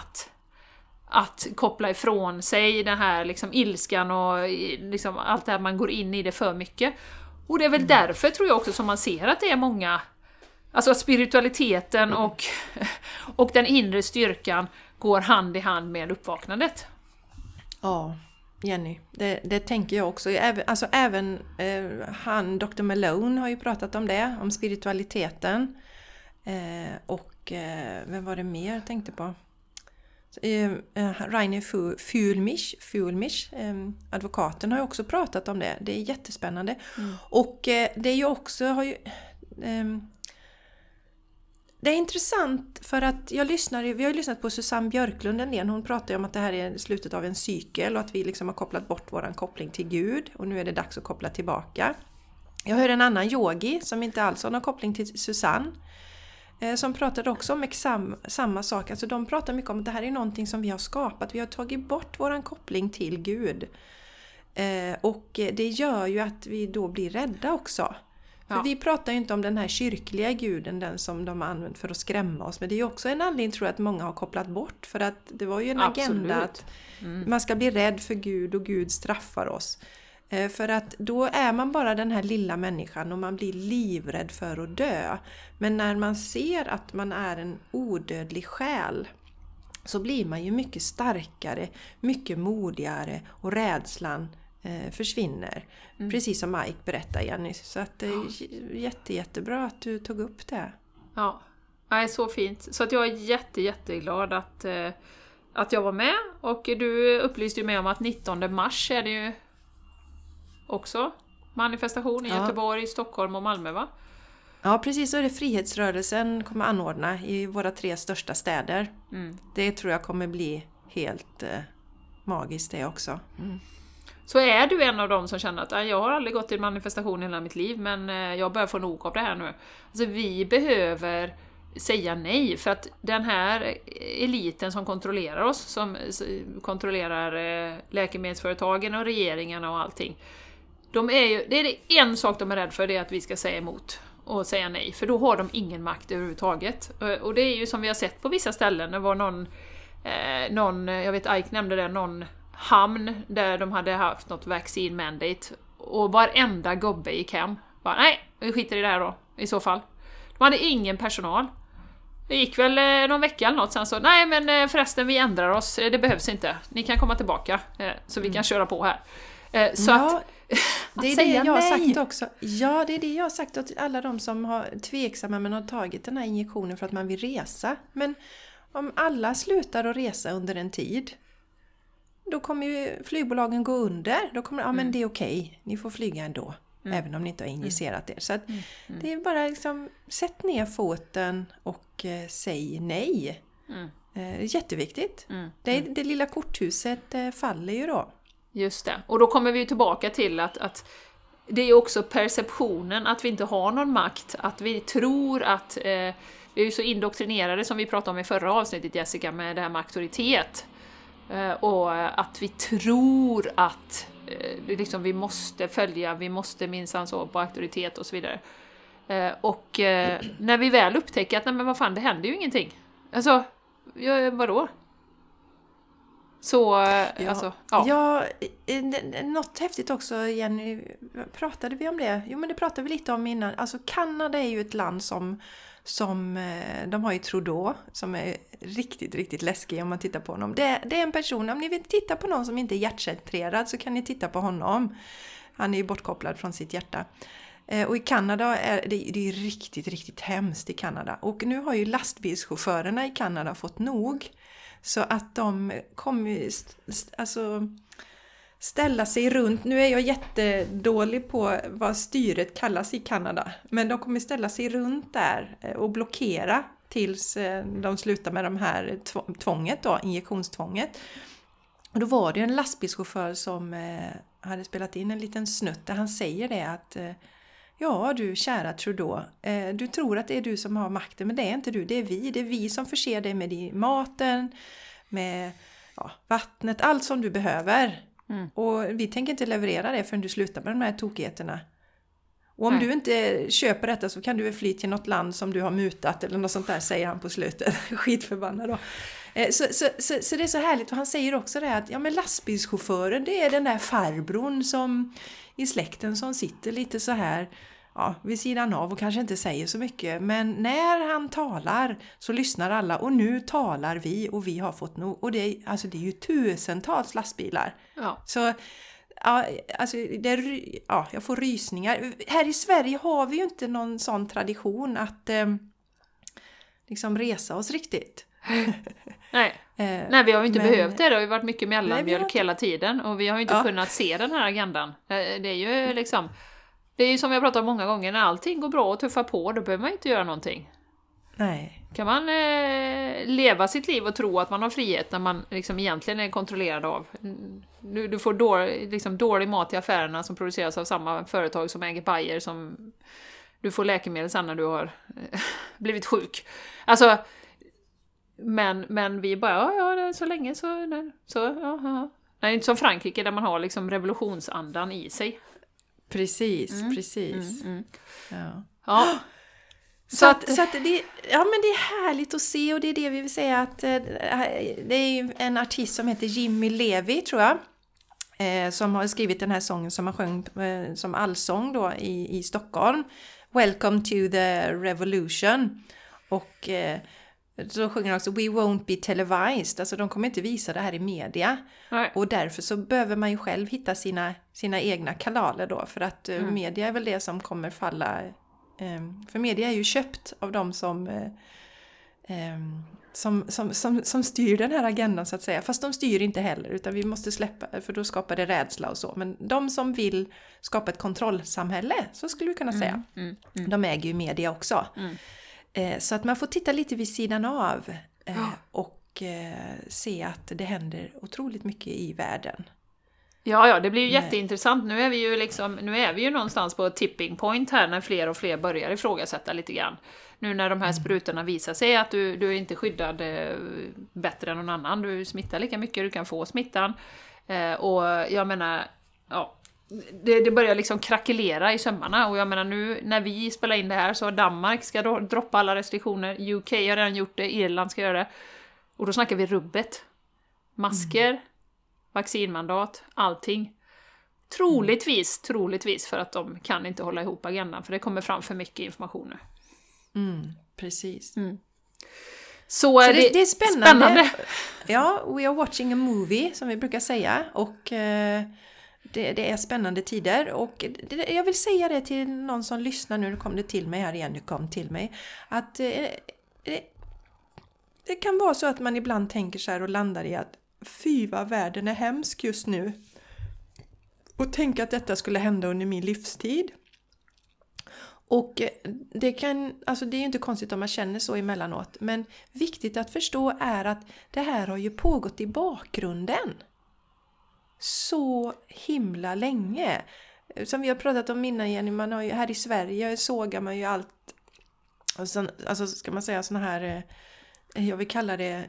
att koppla ifrån sig den här liksom, ilskan och liksom, allt det här man går in i det för mycket. Och det är väl därför tror jag också som man ser att det är många, alltså att spiritualiteten och den inre styrkan går hand i hand med uppvaknandet. Ja, Jenny, det tänker jag också. Även han, Dr. Malone har ju pratat om det, om spiritualiteten. Och vem var det mer jag tänkte på? Rainer Fulmich, advokaten, har ju också pratat om det. Det är jättespännande. Och det är ju också det är intressant för att vi har lyssnat på Susanne Björklund en del. Hon pratar ju om att det här är slutet av en cykel och att vi liksom har kopplat bort våran koppling till Gud och nu är det dags att koppla tillbaka. Jag hör en annan yogi som inte alls har någon koppling till Susanne, som pratade också om samma sak. Alltså de pratar mycket om att det här är någonting som vi har skapat. Vi har tagit bort våran koppling till Gud. Och det gör ju att vi då blir rädda också. För vi pratar ju inte om den här kyrkliga guden, den som de har använt för att skrämma oss. Men det är ju också en anledning, tror jag, att många har kopplat bort. För att det var ju en agenda att man ska bli rädd för Gud och Gud straffar oss. För att då är man bara den här lilla människan och man blir livrädd för att dö. Men när man ser att man är en odödlig själ så blir man ju mycket starkare, mycket modigare och rädslan försvinner. Precis som Mike berättade, Jenny. Så att det är jättebra att du tog upp det. Ja, det är så fint. Så att jag är jätteglad att jag var med. Och du upplyste ju mig om att 19 mars är det ju också manifestation i Göteborg, Stockholm och Malmö, va? Ja, precis. Så är det Frihetsrörelsen kommer anordna i våra 3 största städer. Det tror jag kommer bli helt magiskt det också. Så är du en av dem som känner att jag har aldrig gått till manifestation i hela mitt liv, men jag börjar få nog av det här nu. Alltså vi behöver säga nej, för att den här eliten som kontrollerar oss, som kontrollerar läkemedelsföretagen och regeringarna och allting, det är en sak de är rädda för, det är att vi ska säga emot och säga nej, för då har de ingen makt överhuvudtaget. Och det är ju som vi har sett på vissa ställen. Det var någon jag vet Ike nämnde det, någon hamn där de hade haft något vaccine mandate och varenda gubbe gick hem. Bara, nej, vi skiter i det här då i så fall. De hade ingen personal. Det gick väl någon vecka eller något, sen så nej men förresten vi ändrar oss, det behövs inte. Ni kan komma tillbaka så vi kan köra på här. Så ja, att det är det jag har sagt också. Ja, det är det jag har sagt åt alla de som har tveksamma men har tagit den här injektionen för att man vill resa. Men om alla slutar att resa under en tid, då kommer ju flygbolagen gå under. Då kommer men det är okej. Ni får flyga ändå. Även om ni inte har injicerat det. Så att det är bara liksom, sätt ner foten och säg nej. Det är jätteviktigt. Det lilla korthuset faller ju då. Just det. Och då kommer vi ju tillbaka till att det är också perceptionen att vi inte har någon makt. Att vi tror att vi är ju så indoktrinerade som vi pratade om i förra avsnittet, Jessica, med det här med auktoritet. Och att vi tror att liksom vi måste följa, vi måste minsann så på auktoritet och så vidare. Och när vi väl upptäcker att nej men vad fan, det händer ju ingenting. Alltså, vadå? Så, alltså, ja. Ja, något häftigt också, Jenny, pratade vi om det? Jo, men det pratade vi lite om innan. Alltså, Kanada är ju ett land som de har ju Trudeau, som är riktigt, riktigt läskig om man tittar på honom. Det är en person, om ni vill titta på någon som inte är hjärtcentrerad så kan ni titta på honom. Han är ju bortkopplad från sitt hjärta. Och i Kanada är det är riktigt, riktigt hemskt i Kanada. Och nu har ju lastbilschaufförerna i Kanada fått nog. Så att de kommer ställa sig runt. Nu är jag jättedålig på vad styret kallas i Kanada. Men de kommer ställa sig runt där och blockera tills de slutar med de här tvånget då, injektionstvånget. Och då var det en lastbilschaufför som hade spelat in en liten snutt där han säger det att ja du kära Trudeau, du tror att det är du som har makten, men det är inte du, det är vi som förser dig med maten, med vattnet, allt som du behöver. Och vi tänker inte leverera det förrän du slutar med de här tokigheterna. Och om du inte köper detta så kan du väl fly till något land som du har mutat eller något sånt där, säger han på slutet. Skitförbannad då. Så det är så härligt. Och han säger också det att men lastbilschauffören, det är den där farbrorn som i släkten som sitter lite så här vid sidan av och kanske inte säger så mycket. Men när han talar så lyssnar alla, och nu talar vi och vi har fått nog. Och det är ju tusentals lastbilar. Ja. Så jag får rysningar. Här i Sverige har vi ju inte någon sån tradition att liksom resa oss riktigt. Nej, vi har ju inte behövt det. Det har ju varit mycket mellanmjölk hela tiden. Och vi har ju inte kunnat se den här agendan. Det är ju liksom... Det är ju som jag pratat om många gånger, när allting går bra och tuffar på, då behöver man inte göra någonting. Nej. Kan man leva sitt liv och tro att man har frihet när man liksom egentligen är kontrollerad av... Du får dålig mat i affärerna som produceras av samma företag som äger Bayer, som du får läkemedel sen när du har blivit sjuk. Alltså, men vi bara, så länge så... Nej, det är inte som Frankrike där man har liksom revolutionsandan i sig. Precis. Ja. Så att det, men det är härligt att se, och det är det vi vill säga att det är ju en artist som heter Jimmy Levy, tror jag, som har skrivit den här sången som han sjöng som allsång då i Stockholm. Welcome to the revolution. Och så sjunger han också We won't be televised. Alltså de kommer inte visa det här i media. Nej. Och därför så behöver man ju själv hitta sina egna kanaler då. För att media är väl det som kommer falla. För media är ju köpt av de som styr den här agendan, så att säga. Fast de styr inte heller, utan vi måste släppa, för då skapar det rädsla och så. Men de som vill skapa ett kontrollsamhälle, så skulle vi kunna säga. De äger ju media också. Så att man får titta lite vid sidan av och se att det händer otroligt mycket i världen. Ja, det blir ju jätteintressant. Nu är vi ju någonstans på tipping point här, när fler och fler börjar ifrågasätta lite grann. Nu när de här sprutorna visar sig att du är inte skyddad bättre än någon annan. Du smittar lika mycket, du kan få smittan. Och jag menar, det börjar liksom krackelera i sömmarna. Och jag menar nu när vi spelar in det här så Danmark ska droppa alla restriktioner. UK har redan gjort det, Irland ska göra det. Och då snackar vi rubbet. Masker, vaccinmandat, allting. Troligtvis för att de kan inte hålla ihop agendan. För det kommer fram för mycket information nu. Precis. Så det är spännande. Ja, we are watching a movie som vi brukar säga. Och det är spännande tider. Och jag vill säga det till någon som lyssnar nu. Nu kom det till mig här igen. Du kom till mig. Att det kan vara så att man ibland tänker så här och landar i att fy vad världen är hemsk just nu. Och tänka att detta skulle hända under min livstid. Och det är ju inte konstigt om man känner så emellanåt. Men viktigt att förstå är att det här har ju pågått i bakgrunden. Så himla länge. Som vi har pratat om innan, Jenny, man har ju, här i Sverige sågar man ju allt. Alltså ska man säga såna här, jag vill kalla det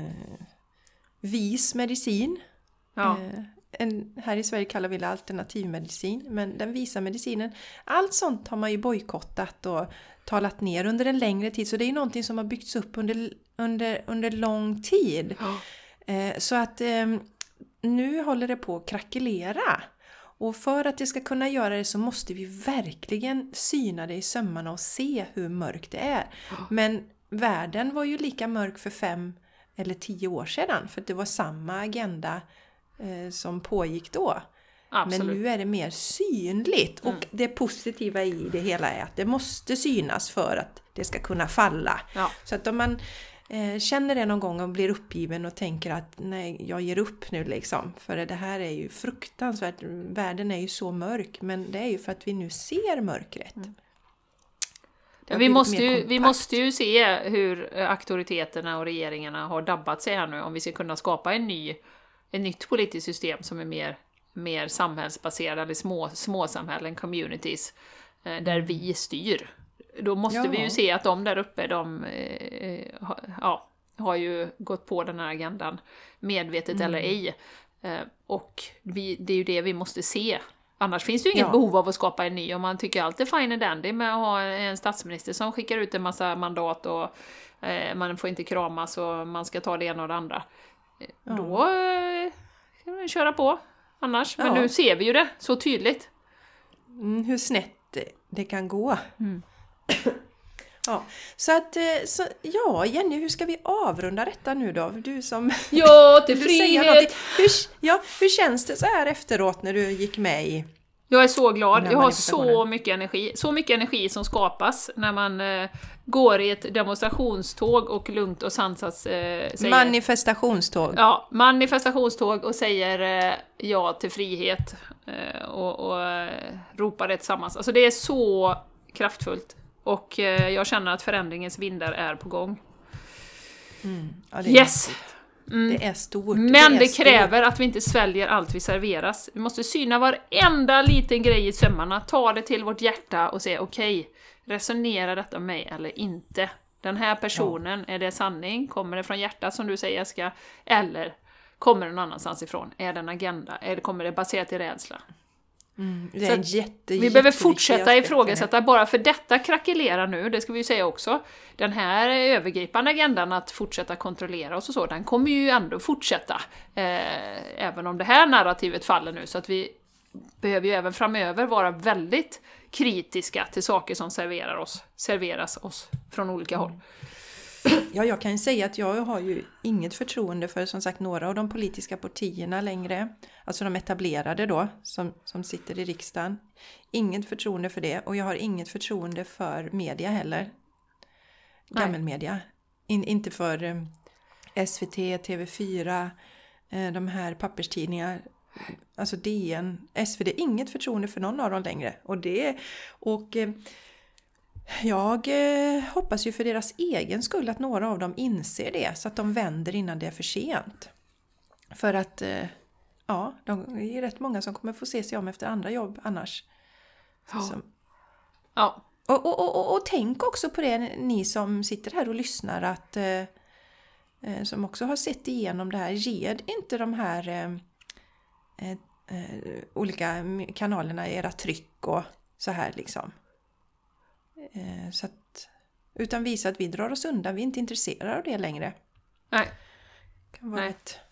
vis medicin. Ja. Här i Sverige kallar vi det alternativmedicin, men den visa medicinen, allt sånt har man ju bojkottat och talat ner under en längre tid, så det är ju någonting som har byggts upp under lång tid. Så att nu håller det på att krackelera, och för att det ska kunna göra det så måste vi verkligen syna det i sömmarna och se hur mörkt det är. Men världen var ju lika mörk för 5 eller 10 år sedan, för att det var samma agenda som pågick då. Absolut. Men nu är det mer synligt, och det positiva i det hela är att det måste synas för att det ska kunna falla. Ja. Så att om man känner det någon gång och blir uppgiven och tänker att nej, jag ger upp nu liksom, för det här är ju fruktansvärt, världen är ju så mörk, men det är ju för att vi nu ser mörkret. Ja, vi måste ju se hur auktoriteterna och regeringarna har dabbat sig här nu, om vi ska kunna skapa ett nytt politiskt system som är mer samhällsbaserad, eller små samhällen, communities, där vi styr. Då måste vi ju se att de där uppe, har ju gått på den här agendan, medvetet eller ej. Och det är ju det vi måste se. Annars finns det ju inget behov av att skapa en ny. Och man tycker alltid fine and dandy med att ha en statsminister som skickar ut en massa mandat och man får inte kramas och man ska ta det ena och det andra. Då kan man köra på annars. Men nu ser vi ju det så tydligt. Hur snett det kan gå. Ja, så Jenny, hur ska vi avrunda detta nu då? Du som... Ja, till frihet! Hur känns det så här efteråt när du gick med i... Jag är så glad. Jag har så mycket energi. Så mycket energi som skapas när man går i ett demonstrationståg och lugnt och sansat säger... Manifestationståg. Ja, manifestationståg och säger ja till frihet och ropar det tillsammans. Alltså det är så kraftfullt. Och jag känner att förändringens vindar är på gång. Ja, det är det är stort. Men det kräver att vi inte sväljer allt vi serveras. Vi måste syna varenda liten grej i sömmarna. Ta det till vårt hjärta och säga okej, resonera detta med mig eller inte. Den här personen, är det sanning? Kommer det från hjärtat som du säger, Jessica? Eller kommer det någon annanstans ifrån? Är det en agenda? Eller kommer det baserat i rädsla? Det är vi behöver fortsätta ifrågasätta, bara för detta krackelerar nu, det ska vi ju säga också. Den här övergripande agendan att fortsätta kontrollera oss och så, den kommer ju ändå fortsätta. Även om det här narrativet faller nu, så att vi behöver ju även framöver vara väldigt kritiska till saker som serveras oss från olika håll. Ja, jag kan ju säga att jag har ju inget förtroende för, som sagt, några av de politiska partierna längre. Alltså de etablerade då, som sitter i riksdagen. Inget förtroende för det. Och jag har inget förtroende för media heller. Gammelmedia. Inte för SVT, TV4, de här papperstidningar. Alltså DN, SvD. Inget förtroende för någon av dem längre. Jag hoppas ju för deras egen skull att några av dem inser det, så att de vänder innan det är för sent. För att det är rätt många som kommer få se sig om efter andra jobb annars. Och tänk också på det, ni som sitter här och lyssnar, att som också har sett igenom det här, ger inte de här olika kanalerna i era tryck och så här liksom. Så att, utan visa att vi drar oss undan, vi är inte intresserade av det längre. Nej. Kan vara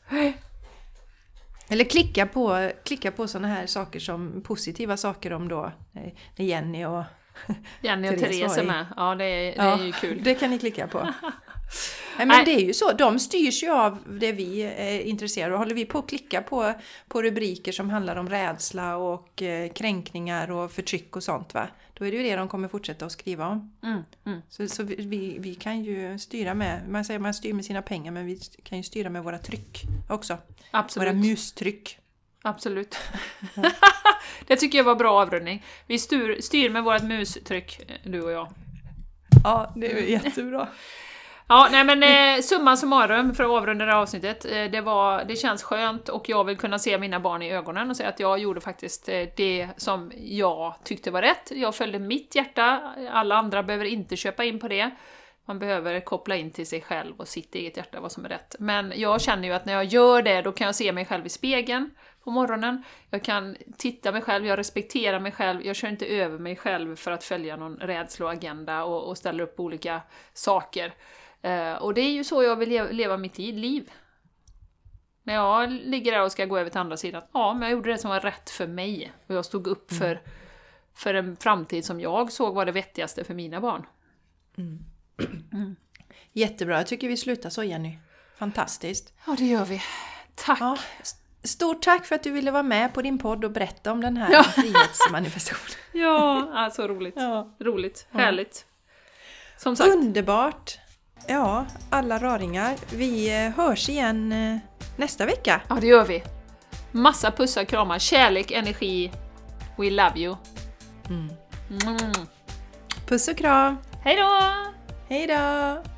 eller klicka på sådana här saker som positiva saker om då när Jenny och Therese är med. Ja, det är ju kul. Det kan ni klicka på. Nej, men det är ju så, de styrs ju av det vi är intresserade av. Håller vi på att klicka på rubriker som handlar om rädsla och kränkningar och förtryck och sånt, va? Då är det ju det de kommer fortsätta att skriva om. Så vi kan ju styra med, man säger man styr med sina pengar, men vi kan ju styra med våra tryck också. Absolut. Våra mustryck. Absolut. Det tycker jag var bra avrundning. Vi styr med vårt mustryck, du och jag. Ja, det är jättebra. Ja, nej men summa summarum för att avrunda det här avsnittet. Det känns skönt och jag vill kunna se mina barn i ögonen och säga att jag gjorde faktiskt det som jag tyckte var rätt. Jag följde mitt hjärta, alla andra behöver inte köpa in på det. Man behöver koppla in till sig själv och sitt eget hjärta vad som är rätt. Men jag känner ju att när jag gör det, då kan jag se mig själv i spegeln på morgonen. Jag kan titta mig själv, jag respekterar mig själv. Jag kör inte över mig själv för att följa någon rädsloagenda och ställa upp olika saker. Och det är ju så jag vill leva mitt liv. När jag ligger där och ska gå över till andra sidan. Ja, men jag gjorde det som var rätt för mig. Och jag stod upp för en framtid som jag såg var det vettigaste för mina barn. Jättebra, jag tycker vi slutar så, Jenny. Fantastiskt. Ja, det gör vi. Tack. Ja, stort tack för att du ville vara med på din podd och berätta om den här frihetsmanifestationen. Ja, så roligt. Ja. Roligt, härligt. Som sagt. Underbart. Ja, alla raringar. Vi hörs igen nästa vecka. Ja, det gör vi. Massa pussar, kramar, kärlek, energi. We love you. Puss och kram. Hej då! Hej då!